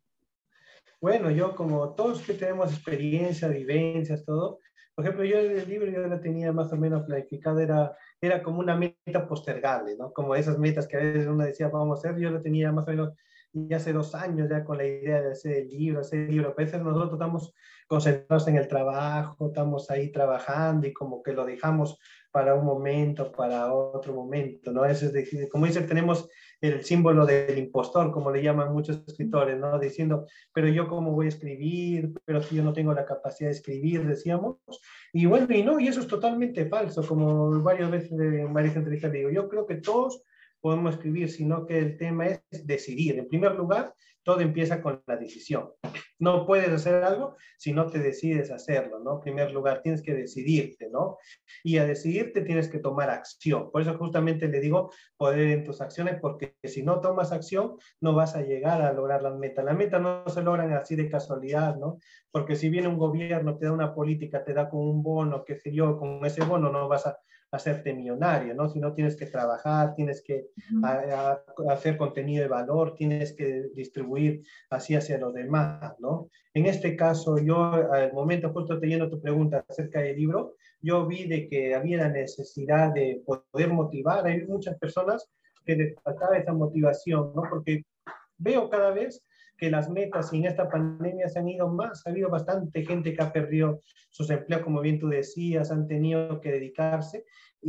Bueno, yo como todos que tenemos experiencia, vivencias, todo, por ejemplo, yo el libro yo lo tenía más o menos planificado, era como una meta postergable, ¿no? Como esas metas que a veces uno decía, vamos a hacer, yo lo tenía más o menos ya hace 2 años ya con la idea de hacer el libro. A veces nosotros estamos concentrados en el trabajo, estamos ahí trabajando y como que lo dejamos para un momento, para otro momento, ¿no? Eso es decir, como dice, tenemos el símbolo del impostor, como le llaman muchos escritores, ¿no? Diciendo, pero yo cómo voy a escribir, pero si yo no tengo la capacidad de escribir, decíamos. Y bueno, y no, y eso es totalmente falso, como varias veces en varias entrevistas digo, yo creo que todos podemos escribir, sino que el tema es decidir. En primer lugar, todo empieza con la decisión. No puedes hacer algo si no te decides hacerlo, ¿no? En primer lugar, tienes que decidirte, ¿no? Y a decidirte tienes que tomar acción. Por eso justamente le digo poder en tus acciones, porque si no tomas acción, no vas a llegar a lograr las metas. Las metas no se logran así de casualidad, ¿no? Porque si viene un gobierno, te da una política, te da con un bono, qué sé yo, con ese bono no vas a hacerte millonario, ¿no? Si no tienes que trabajar, tienes que hacer contenido de valor, tienes que distribuir así hacia los demás, ¿no? En este caso, yo al momento justo teniendo tu pregunta acerca del libro, yo vi de que había la necesidad de poder motivar. Hay muchas personas que les faltaba esa motivación, ¿no? Porque veo cada vez que las metas en esta pandemia se han ido más. Ha habido bastante gente que ha perdido sus empleos, como bien tú decías, han tenido que dedicarse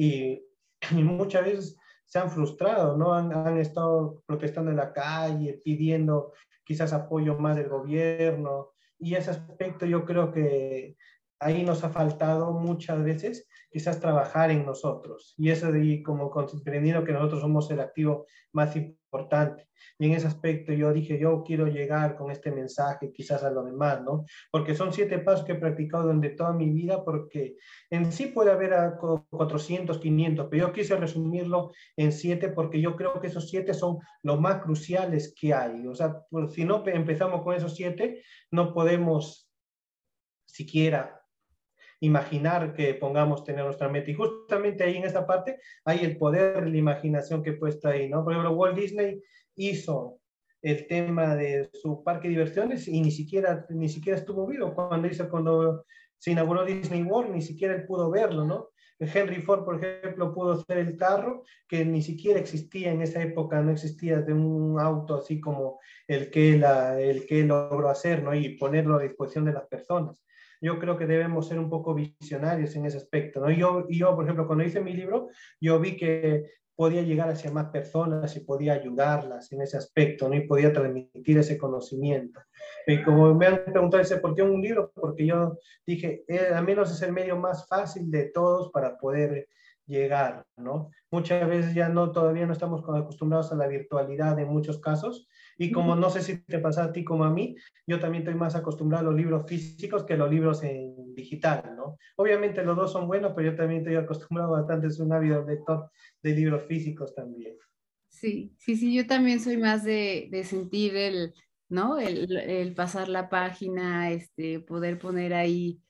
y muchas veces se han frustrado, ¿no? Han estado protestando en la calle, pidiendo quizás apoyo más del gobierno. Y ese aspecto yo creo que ahí nos ha faltado muchas veces quizás trabajar en nosotros. Y eso de como comprendiendo que nosotros somos el activo más importante. Y en ese aspecto yo dije, yo quiero llegar con este mensaje quizás a lo demás, ¿no? Porque son 7 pasos que he practicado durante toda mi vida, porque en sí puede haber 400, 500, pero yo quise resumirlo en 7 porque yo creo que esos 7 son los más cruciales que hay. O sea, pues, si no empezamos con esos 7, no podemos siquiera imaginar que pongamos tener nuestra meta. Y justamente ahí en esta parte hay el poder de la imaginación que he puesto ahí, ¿no? Por ejemplo, Walt Disney hizo el tema de su parque de diversiones y ni siquiera estuvo vivo cuando se inauguró Disney World, ni siquiera él pudo verlo, ¿no? Henry Ford, por ejemplo, pudo hacer el carro que ni siquiera existía en esa época, no existía de un auto así como el que él logró hacer, ¿no? Y ponerlo a disposición de las personas. Yo creo que debemos ser un poco visionarios en ese aspecto, ¿no? Yo, por ejemplo, cuando hice mi libro, yo vi que podía llegar hacia más personas y podía ayudarlas en ese aspecto, ¿no? Y podía transmitir ese conocimiento. Y como me han preguntado, ¿por qué un libro? Porque yo dije, al menos es el medio más fácil de todos para poder llegar, ¿no? Muchas veces ya no, todavía no estamos acostumbrados a la virtualidad en muchos casos, y como no sé si te pasa a ti como a mí, yo también estoy más acostumbrado a los libros físicos que a los libros en digital, ¿no? Obviamente los dos son buenos, pero yo también estoy acostumbrado bastante, soy un ávido lector de libros físicos también. Sí, sí, sí, yo también soy más de sentir ¿no? El pasar la página, poder poner ahí,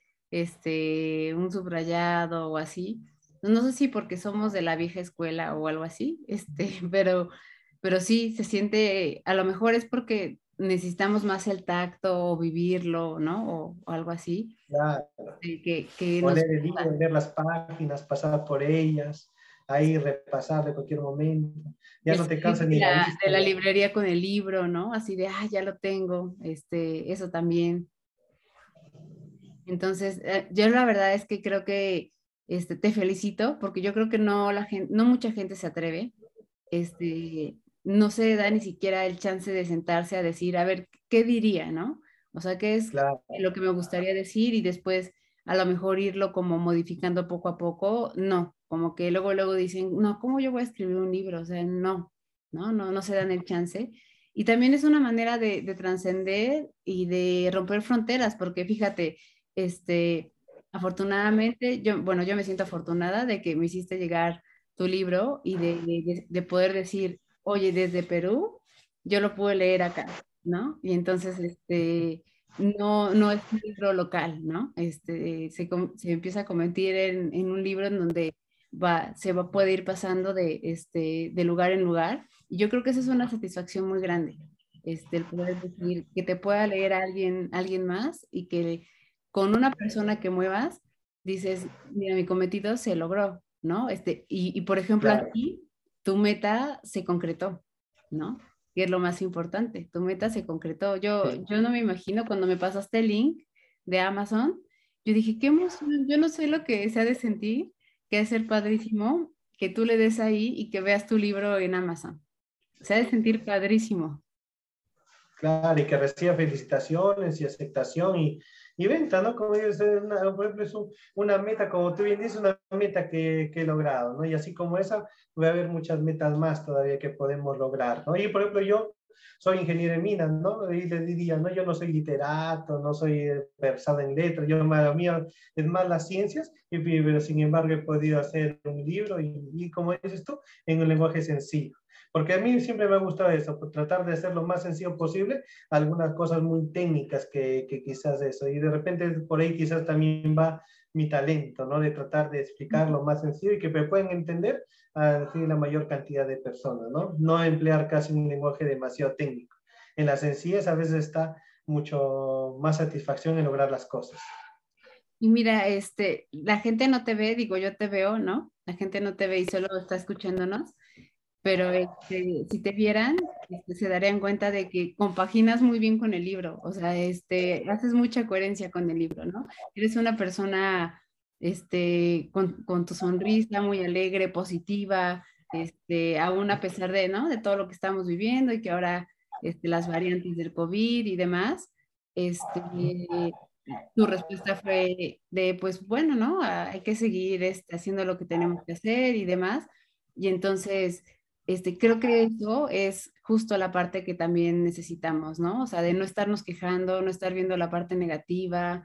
un subrayado o así. No sé si porque somos de la vieja escuela o algo así, pero sí se siente, a lo mejor es porque necesitamos más el tacto o vivirlo, ¿no? O algo así, Claro. que O nos leer el libro, gusta. leer las páginas, pasar por ellas, ahí repasar de cualquier momento. Ya El no te salir cansa ni la vista. de la Ya. librería con el libro, ¿no? Así de, ah, ya lo tengo, eso también. Entonces, yo la verdad es que creo que, te felicito, porque yo creo que no la gente, no mucha gente se atreve, no se da ni siquiera el chance de sentarse a decir, a ver, ¿qué diría, no? O sea, ¿qué es Claro, lo que me gustaría decir? Y después a lo mejor irlo como modificando poco a poco, no, como que luego dicen, no, ¿cómo yo voy a escribir un libro? O sea, no se dan el chance. Y también es una manera de trascender y de romper fronteras, porque fíjate, este, afortunadamente, bueno, yo me siento afortunada de que me hiciste llegar tu libro y de poder decir, oye, desde Perú, yo lo pude leer acá, ¿no? Y entonces, no es un libro local, ¿no? Se empieza a convertir en un libro en donde se va a poder ir pasando de lugar en lugar. Y yo creo que esa es una satisfacción muy grande, el poder decir que te pueda leer alguien más y que con una persona que muevas, dices, mira, mi cometido se logró, ¿no? Y por ejemplo, Claro. aquí tu meta se concretó, ¿no? Que es lo más importante, tu meta se concretó. Sí. Yo no me imagino cuando me pasaste el link de Amazon, yo dije, qué emoción, yo no sé lo que se ha de sentir, que ha de ser padrísimo que tú le des ahí y que veas tu libro en Amazon. Se ha de sentir padrísimo. Claro, y que reciba felicitaciones y aceptación y venta, ¿no? Como dices, por ejemplo, es una meta, como tú bien dices, una meta que he logrado, ¿no? Y así como esa, voy a haber muchas metas más todavía que podemos lograr, ¿no? Y por ejemplo, yo soy ingeniero en minas, ¿no? Y le diría, no, yo no soy literato, no soy versado en letras, yo, lo mío es más las ciencias, pero sin embargo he podido hacer un libro y como dices tú, en un lenguaje sencillo. Porque a mí siempre me ha gustado eso, pues, tratar de hacer lo más sencillo posible, algunas cosas muy técnicas que quizás eso, y de repente por ahí quizás también va mi talento, ¿no? De tratar de explicar lo más sencillo y que me puedan entender a la mayor cantidad de personas, ¿no? No emplear casi un lenguaje demasiado técnico. En la sencillez a veces está mucho más satisfacción en lograr las cosas. Y mira, la gente no te ve, digo, yo te veo, ¿no? La gente no te ve y solo está escuchándonos, pero si te vieran, se darían cuenta de que compaginas muy bien con el libro, o sea, haces mucha coherencia con el libro, ¿no? Eres una persona, con tu sonrisa muy alegre, positiva, aún a pesar de, ¿no? De todo lo que estamos viviendo y que ahora, las variantes del COVID y demás, tu respuesta fue de, pues bueno, ¿no? Hay que seguir, haciendo lo que tenemos que hacer y demás. Y entonces creo que eso es justo la parte que también necesitamos, ¿no? O sea, de no estarnos quejando, no estar viendo la parte negativa,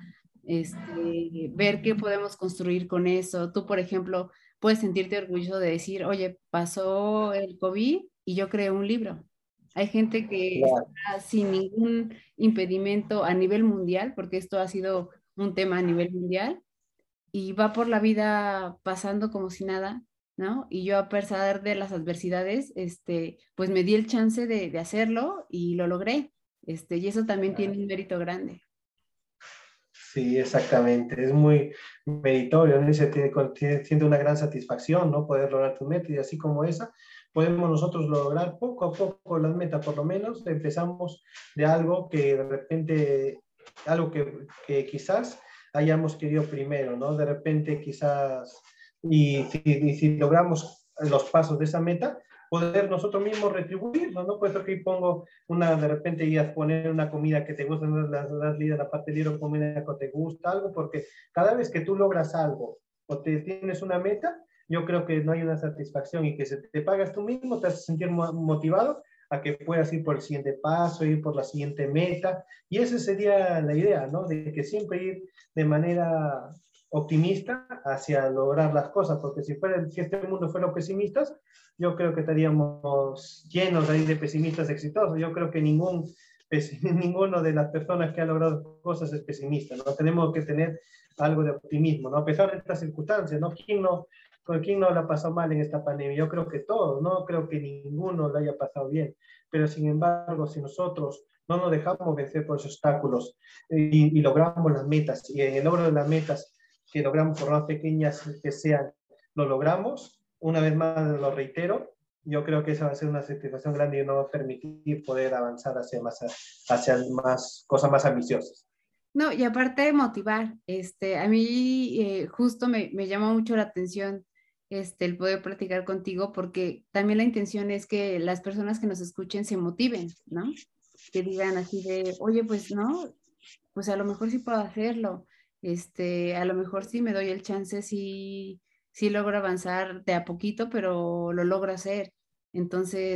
ver qué podemos construir con eso. Tú, por ejemplo, puedes sentirte orgulloso de decir, oye, pasó el COVID y yo creé un libro. Hay gente que Claro. está sin ningún impedimento a nivel mundial, porque esto ha sido un tema a nivel mundial, y va por la vida pasando como si nada, ¿no? Y yo a pesar de las adversidades, pues me di el chance de hacerlo y lo logré. Y eso también tiene un mérito grande. Sí, exactamente. Es muy meritorio, ¿no? Y siente una gran satisfacción, ¿no? Poder lograr tu meta y así como esa, podemos nosotros lograr poco a poco las metas, por lo menos empezamos de algo que de repente, algo que quizás hayamos querido primero, ¿no? De repente quizás, y si logramos los pasos de esa meta, poder nosotros mismos retribuirlo, ¿no? Puesto que pongo de repente ir a poner una comida que te gusta, ¿no? Las líderes, la parte de libro, comida que te gusta, algo, porque cada vez que tú logras algo o te tienes una meta, yo creo que no hay una satisfacción y que se te pagas tú mismo, te hace sentir motivado a que puedas ir por el siguiente paso, ir por la siguiente meta, y esa sería la idea, ¿no? De que siempre ir de manera optimista hacia lograr las cosas, porque si este mundo fuera pesimistas, yo creo que estaríamos llenos ahí de pesimistas exitosos. Yo creo que ninguno de las personas que ha logrado cosas es pesimista, ¿no? Tenemos que tener algo de optimismo, ¿no? A pesar de estas circunstancias, ¿no? ¿Quién no la ha pasado mal en esta pandemia? Yo creo que todos, no creo que ninguno la haya pasado bien, pero sin embargo, si nosotros no nos dejamos vencer por esos obstáculos y logramos las metas, y en el logro de las metas que logramos, por más pequeñas que sean, lo logramos, una vez más lo reitero, yo creo que esa va a ser una satisfacción grande y nos va a permitir poder avanzar hacia más cosas más ambiciosas. No, y aparte de motivar, a mí justo me llama mucho la atención el poder platicar contigo porque también la intención es que las personas que nos escuchen se motiven, ¿no? Que digan así de, oye, pues no, pues a lo mejor sí puedo hacerlo, a lo mejor sí me doy el chance, sí logro avanzar de a poquito, pero lo logro hacer. Entonces,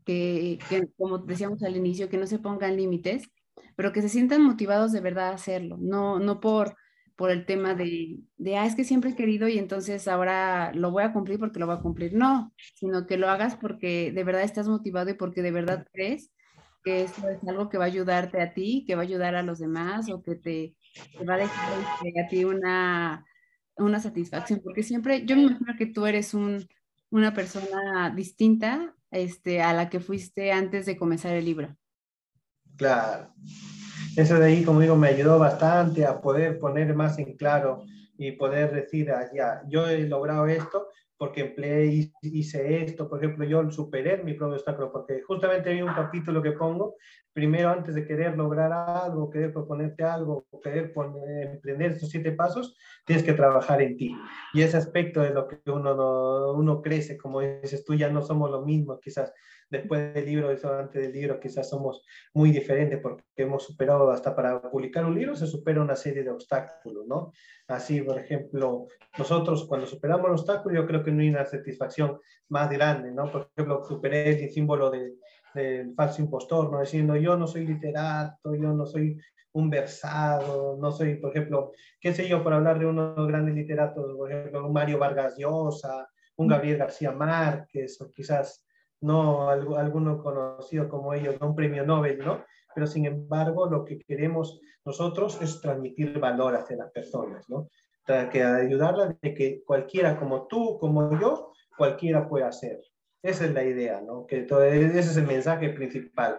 que, como decíamos al inicio, que no se pongan límites, pero que se sientan motivados de verdad a hacerlo, no por el tema de, es que siempre he querido y entonces ahora lo voy a cumplir porque lo voy a cumplir. No, sino que lo hagas porque de verdad estás motivado y porque de verdad crees que esto es algo que va a ayudarte a ti, que va a ayudar a los demás o que te va a dejar a ti una satisfacción, porque siempre, yo me imagino que tú eres una persona distinta a la que fuiste antes de comenzar el libro. Claro. Eso de ahí, como digo, me ayudó bastante a poder poner más en claro y poder decir, ya, yo he logrado esto porque empleé, hice esto, por ejemplo, yo superé mi propio obstáculo, porque justamente hay un capítulo que pongo, primero antes de querer lograr algo, querer proponerte algo, querer emprender estos 7 pasos, tienes que trabajar en ti. Y ese aspecto de lo que uno crece, como dices tú, ya no somos lo mismo, quizás después del libro, eso antes del libro, quizás somos muy diferentes porque hemos superado, hasta para publicar un libro se supera una serie de obstáculos, ¿no? Así, por ejemplo, nosotros cuando superamos el obstáculo, yo creo que no hay una satisfacción más grande, ¿no? Por ejemplo, superé el símbolo del falso impostor, ¿no? Diciendo, yo no soy literato, yo no soy un versado, no soy, por ejemplo, qué sé yo, por hablar de unos grandes literatos, por ejemplo, un Mario Vargas Llosa, un Gabriel García Márquez, o quizás no alguno conocido como ellos, no un premio Nobel, ¿no? Pero sin embargo, lo que queremos nosotros es transmitir valor hacia las personas, ¿no? Para que ayudarlas de que cualquiera como tú, como yo, cualquiera puede hacer. Esa es la idea, ¿no? Que ese es el mensaje principal.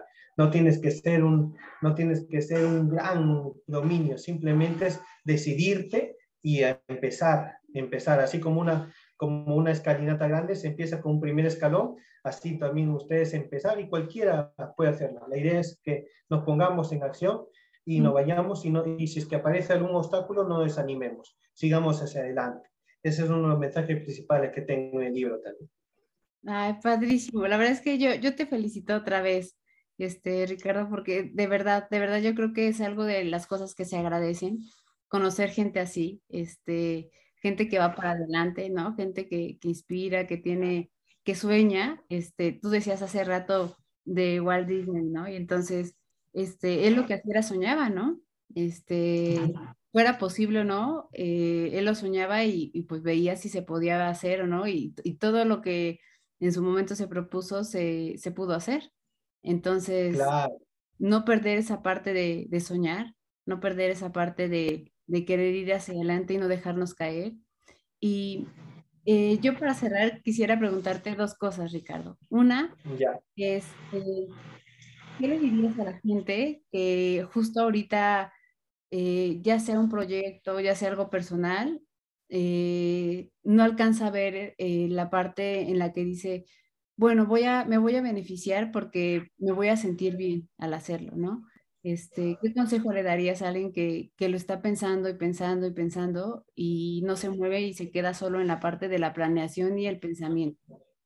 No tienes que ser un gran dominio, simplemente es decidirte y empezar, así como una escalinata grande, se empieza con un primer escalón, así también ustedes empezar y cualquiera puede hacerlo. La idea es que nos pongamos en acción y no vayamos y si es que aparece algún obstáculo, no desanimemos, sigamos hacia adelante. Ese es uno de los mensajes principales que tengo en el libro también. Ay, padrísimo. La verdad es que yo te felicito otra vez, Ricardo, porque de verdad yo creo que es algo de las cosas que se agradecen, conocer gente así, gente que va para adelante, ¿no? Gente que inspira, que sueña. Tú decías hace rato de Walt Disney, ¿no? Y entonces, él lo que hacía era soñaba, ¿no? Fuera posible o no, él lo soñaba y pues veía si se podía hacer o no, y todo lo que en su momento se propuso, se pudo hacer. Entonces, Claro, no perder esa parte de soñar, no perder esa parte de querer ir hacia adelante y no dejarnos caer. Y yo para cerrar quisiera preguntarte dos cosas, Ricardo. Una ya. es, ¿qué le dirías a la gente que justo ahorita, ya sea un proyecto, ya sea algo personal, no alcanza a ver la parte en la que dice, bueno, me voy a beneficiar porque me voy a sentir bien al hacerlo, ¿no? ¿Qué consejo le darías a alguien que lo está pensando y pensando y pensando y no se mueve y se queda solo en la parte de la planeación y el pensamiento?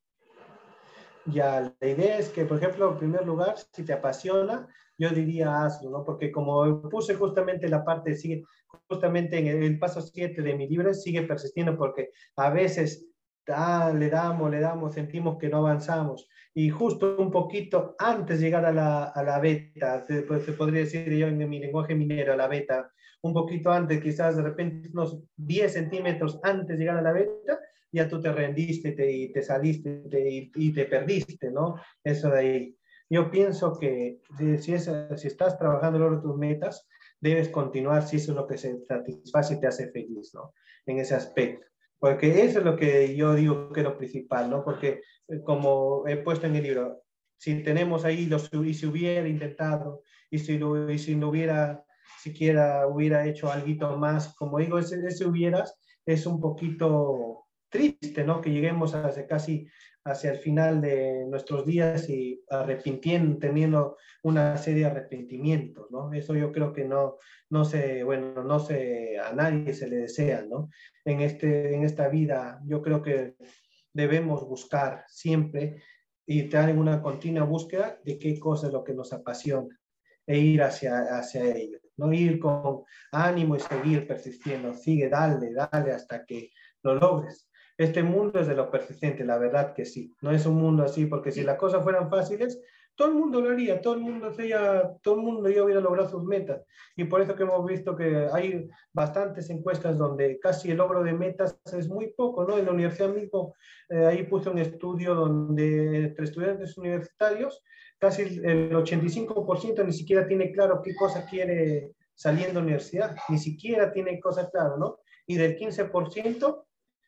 Ya, la idea es que, por ejemplo, en primer lugar, si te apasiona, yo diría hazlo, ¿no? Porque como puse justamente la parte, sigue, justamente en el paso 7 de mi libro, sigue persistiendo porque a veces le damos, sentimos que no avanzamos. Y justo un poquito antes de llegar a la beta, se podría decir yo en mi lenguaje minero, a la beta, un poquito antes, quizás de repente unos 10 centímetros antes de llegar a la beta, ya tú te rendiste y te saliste y te perdiste, ¿no? Eso de ahí. Yo pienso que si estás trabajando en logro tus metas, debes continuar si eso es lo que se satisface y te hace feliz, ¿no? En ese aspecto. Porque eso es lo que yo digo que es lo principal, ¿no? Porque como he puesto en el libro, si tenemos ahí, y si hubiera intentado, y si no hubiera, siquiera hubiera hecho algo más, como digo, ese hubieras es un poquito triste, ¿no? Que lleguemos hacia el final de nuestros días y teniendo una serie de arrepentimientos, ¿no? Eso yo creo que bueno, a nadie se le desea, ¿no? En esta vida, yo creo que debemos buscar siempre y estar en una continua búsqueda de qué cosa es lo que nos apasiona e ir hacia ello, no ir con ánimo y seguir persistiendo, sigue, dale hasta que lo logres. Este mundo es de lo persistente, la verdad que sí. No es un mundo así, porque si las cosas fueran fáciles, todo el mundo lo haría, todo el mundo ya hubiera logrado sus metas. Y por eso que hemos visto que hay bastantes encuestas donde casi el logro de metas es muy poco, ¿no? En la universidad mismo, ahí puse un estudio donde entre estudiantes universitarios, casi el 85% ni siquiera tiene claro qué cosa quiere saliendo de la universidad, ni siquiera tiene cosas claras, ¿no? Y del 15%,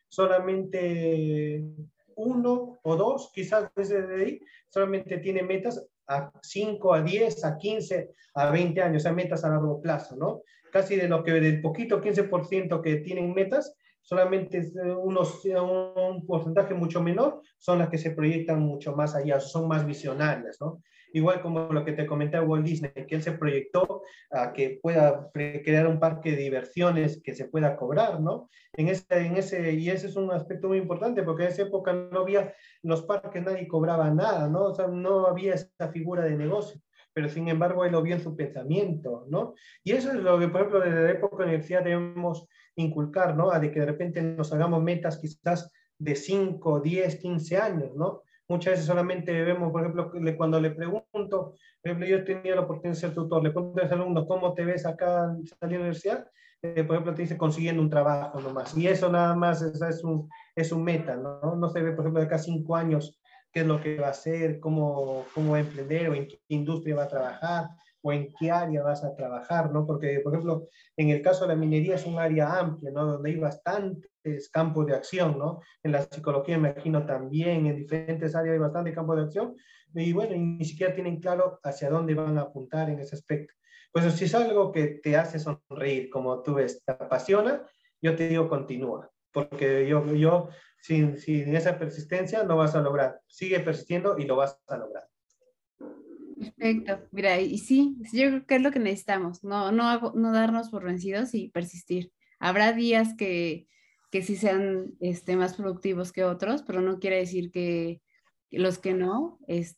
solamente uno o dos, quizás desde ahí, solamente tiene metas a 5, a 10, a 15, a 20 años, o sea, metas a largo plazo, ¿no? Casi de lo que del poquito 15% que tienen metas, solamente un porcentaje mucho menor son las que se proyectan mucho más allá, son más visionarias, ¿no? Igual como lo que te comenté a Walt Disney, que él se proyectó a que pueda crear un parque de diversiones que se pueda cobrar, ¿no? Y ese es un aspecto muy importante, porque en esa época no había los parques, nadie cobraba nada, ¿no? O sea, no había esa figura de negocio, pero sin embargo él lo vio en su pensamiento, ¿no? Y eso es lo que, por ejemplo, desde la época de la universidad debemos inculcar, ¿no? A de que de repente nos hagamos metas quizás de 5, 10, 15 años, ¿no? Muchas veces solamente vemos, por ejemplo, cuando le pregunto, por ejemplo, yo tenía la oportunidad de ser tutor, le pregunto a los alumnos, ¿cómo te ves acá saliendo de la universidad? Por ejemplo, te dice consiguiendo un trabajo nomás. Y eso nada más es un meta, ¿no? No se ve, por ejemplo, de acá 5 años qué es lo que va a hacer, cómo va a emprender o en qué industria va a trabajar o en qué área vas a trabajar, ¿no? Porque, por ejemplo, en el caso de la minería es un área amplia, ¿no? Donde hay bastantes campos de acción, ¿no? En la psicología, me imagino también, en diferentes áreas hay bastantes campos de acción, y bueno, y ni siquiera tienen claro hacia dónde van a apuntar en ese aspecto. Pues si es algo que te hace sonreír, como tú ves, te apasiona, yo te digo continúa, porque yo sin esa persistencia no vas a lograr. Sigue persistiendo y lo vas a lograr. Perfecto. Mira, y sí, yo creo que es lo que necesitamos, no darnos por vencidos y persistir. Habrá días que sí sean más productivos que otros, pero no quiere decir que los que no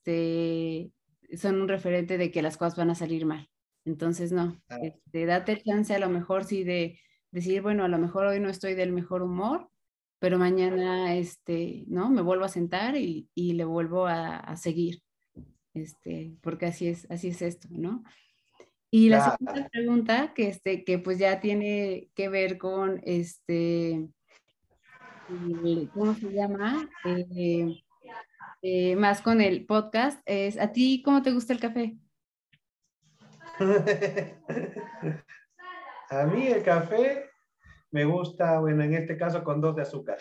son un referente de que las cosas van a salir mal. Entonces, no, date chance a lo mejor sí de decir, bueno, a lo mejor hoy no estoy del mejor humor, pero mañana, ¿no? Me vuelvo a sentar y le vuelvo a seguir, porque así es esto, ¿no? Y la Claro. segunda pregunta, que pues ya tiene que ver con, ¿cómo se llama? Más con el podcast, es, ¿a ti cómo te gusta el café? A mí el café me gusta, bueno, en este caso con 2 de azúcar.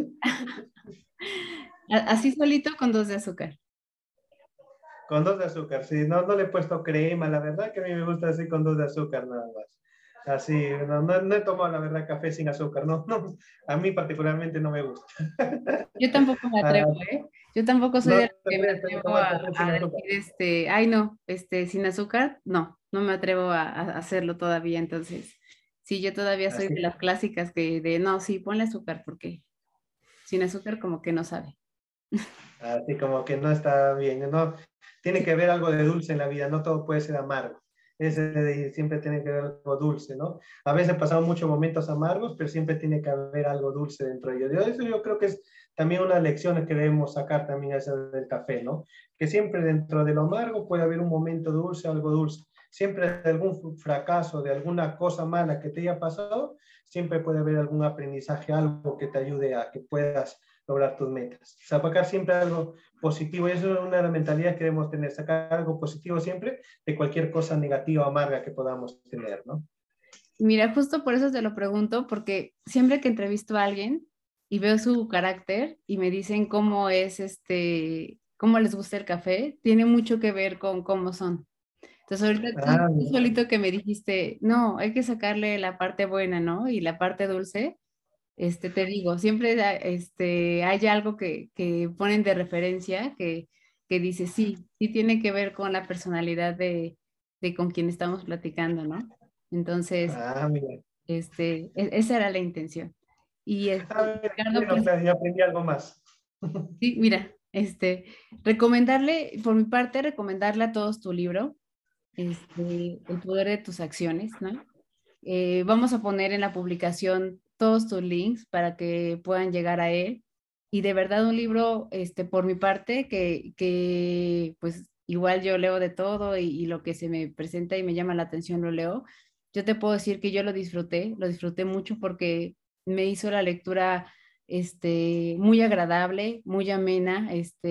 Así solito con 2 de azúcar. Con 2 de azúcar, sí, no le he puesto crema, la verdad que a mí me gusta así con 2 de azúcar nada más. Así, no he tomado la verdad café sin azúcar, no, a mí particularmente no me gusta. Yo tampoco me Ah, atrevo, ¿eh? Yo tampoco soy no de las te que me atreves a atrevo tomar café sin a azúcar. decir, ay no, sin azúcar, no me atrevo a hacerlo todavía, entonces, sí, yo todavía soy de Así, las clásicas no, sí, ponle azúcar, porque sin azúcar como que no sabe. así como que no está bien, no, tiene que haber algo de dulce en la vida, no todo puede ser amargo. Siempre tiene que haber algo dulce, ¿no? A veces pasamos muchos momentos amargos, pero siempre tiene que haber algo dulce dentro de ellos. Eso yo creo que es también una lección que debemos sacar también esa del café, ¿no? Que siempre dentro de lo amargo puede haber un momento dulce, algo dulce. Siempre de algún fracaso, de alguna cosa mala que te haya pasado, siempre puede haber algún aprendizaje, algo que te ayude a que puedas lograr tus metas. Sacar siempre algo positivo, y eso es una de las mentalidades que debemos tener, sacar algo positivo siempre de cualquier cosa negativa o amarga que podamos tener, ¿no? Mira, justo por eso te lo pregunto, porque siempre que entrevisto a alguien y veo su carácter y me dicen cómo es cómo les gusta el café, tiene mucho que ver con cómo son. Entonces, ahorita Ah, tú solito que me dijiste, no, hay que sacarle la parte buena, ¿no? Y la parte dulce, te digo, siempre hay algo que ponen de referencia que dice, sí, sí tiene que ver con la personalidad de con quien estamos platicando, ¿no? Entonces, mira. esa era la intención. Y Mira, qué Ricardo, bueno, pues claro, ya aprendí algo más. sí, mira, recomendarle, por mi parte, recomendarle a todos tu libro, El poder de tus acciones, ¿no? Vamos a poner en la publicación todos tus links para que puedan llegar a él. Y de verdad un libro, por mi parte, que pues igual yo leo de todo y lo que se me presenta y me llama la atención lo leo. Yo te puedo decir que yo lo disfruté mucho porque me hizo la lectura muy agradable, muy amena,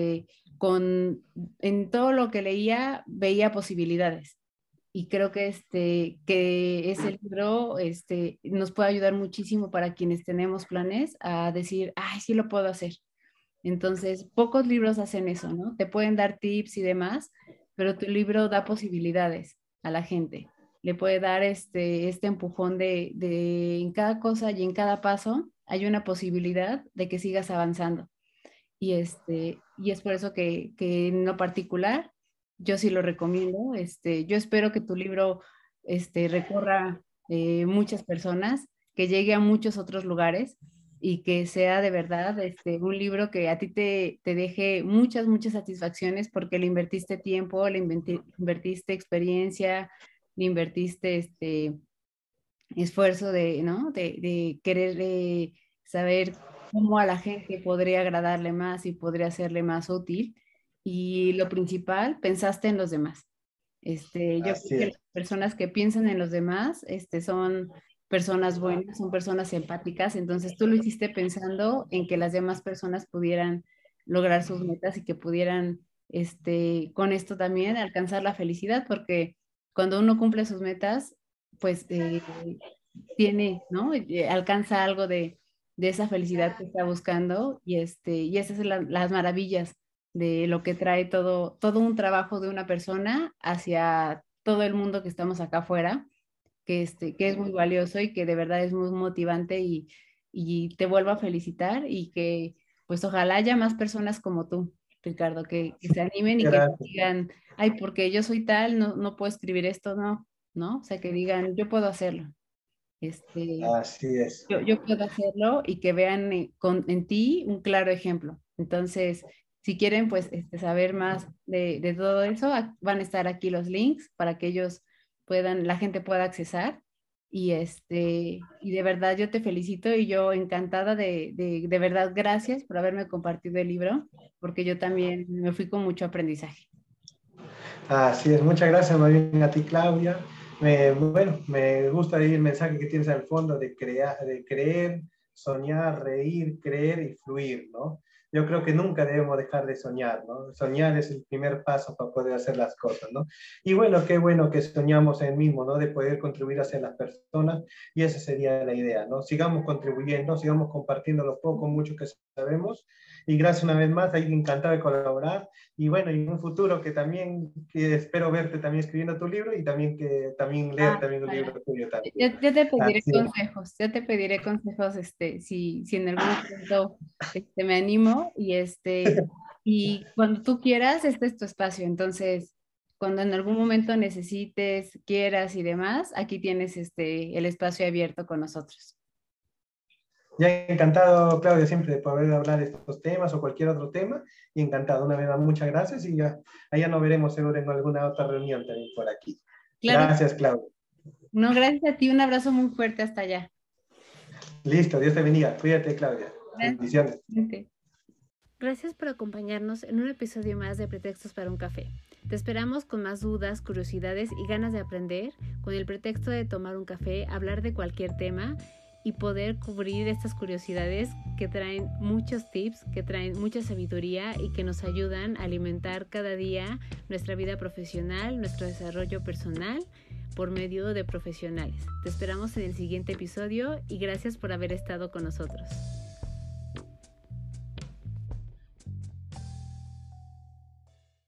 en todo lo que leía veía posibilidades. Y creo que ese libro nos puede ayudar muchísimo para quienes tenemos planes a decir, ay, sí lo puedo hacer. Entonces, pocos libros hacen eso, ¿no? Te pueden dar tips y demás, pero tu libro da posibilidades a la gente. Le puede dar este empujón de en cada cosa y en cada paso hay una posibilidad de que sigas avanzando. Y es por eso que en lo particular yo sí lo recomiendo. Yo espero que tu libro recorra muchas personas, que llegue a muchos otros lugares y que sea de verdad un libro que a ti te deje muchas, muchas satisfacciones porque le invertiste tiempo, invertiste experiencia, le invertiste esfuerzo ¿no? de querer saber cómo a la gente podría agradarle más y podría serle más útil. Y lo principal, pensaste en los demás. Yo creo Así que es. las personas que piensan en los demás, son personas buenas, son personas empáticas, entonces tú lo hiciste pensando en que las demás personas pudieran lograr sus metas y que pudieran, con esto también alcanzar la felicidad, porque cuando uno cumple sus metas, pues tiene, ¿no? Alcanza algo de esa felicidad que está buscando y esas son las maravillas de lo que trae todo un trabajo de una persona hacia todo el mundo que estamos acá afuera, que es muy valioso y que de verdad es muy motivante y te vuelvo a felicitar y que pues ojalá haya más personas como tú, Ricardo, que se animen y que Gracias. digan, ay, porque yo soy tal, no puedo escribir esto, no, ¿no? O sea, que digan, yo puedo hacerlo. Este, Así es. yo puedo hacerlo y que vean en ti un claro ejemplo. Entonces, si quieren, pues, saber más de todo eso, van a estar aquí los links para que ellos la gente pueda accesar. Y de verdad yo te felicito y yo encantada de verdad, gracias por haberme compartido el libro, porque yo también me fui con mucho aprendizaje. Así es, muchas gracias más bien a ti, Claudia. Bueno, me gusta ahí el mensaje que tienes al fondo de crear, de creer, soñar, reír, creer y fluir, ¿no? Yo creo que nunca debemos dejar de soñar, ¿no? Soñar es el primer paso para poder hacer las cosas, ¿no? Y bueno, qué bueno que soñamos en el mismo, ¿no? De poder contribuir hacia las personas y esa sería la idea, ¿no? Sigamos contribuyendo, sigamos compartiendo lo poco, mucho que sabemos y gracias una vez más, ahí encantado de colaborar y bueno, y en un futuro que espero verte también escribiendo tu libro y también que también leer Ah, también un libro ojalá. tuyo también. Yo te pediré Así es. consejos, yo te pediré consejos, si en algún momento me animo y cuando tú quieras, este es tu espacio. Entonces, cuando en algún momento necesites, quieras y demás, aquí tienes el espacio abierto con nosotros. Ya encantado, Claudia, siempre de poder hablar de estos temas o cualquier otro tema. Y encantado, una vez más, muchas gracias y ya, allá nos veremos seguro en alguna otra reunión también por aquí. Claro, Gracias, Claudia. no, gracias a ti, un abrazo muy fuerte hasta allá. Listo, Dios te bendiga. Cuídate, Claudia. Bendiciones. Gracias. Gracias por acompañarnos en un episodio más de Pretextos para un café. Te esperamos con más dudas, curiosidades y ganas de aprender, con el pretexto de tomar un café, hablar de cualquier tema y poder cubrir estas curiosidades que traen muchos tips, que traen mucha sabiduría y que nos ayudan a alimentar cada día nuestra vida profesional, nuestro desarrollo personal por medio de profesionales. Te esperamos en el siguiente episodio y gracias por haber estado con nosotros.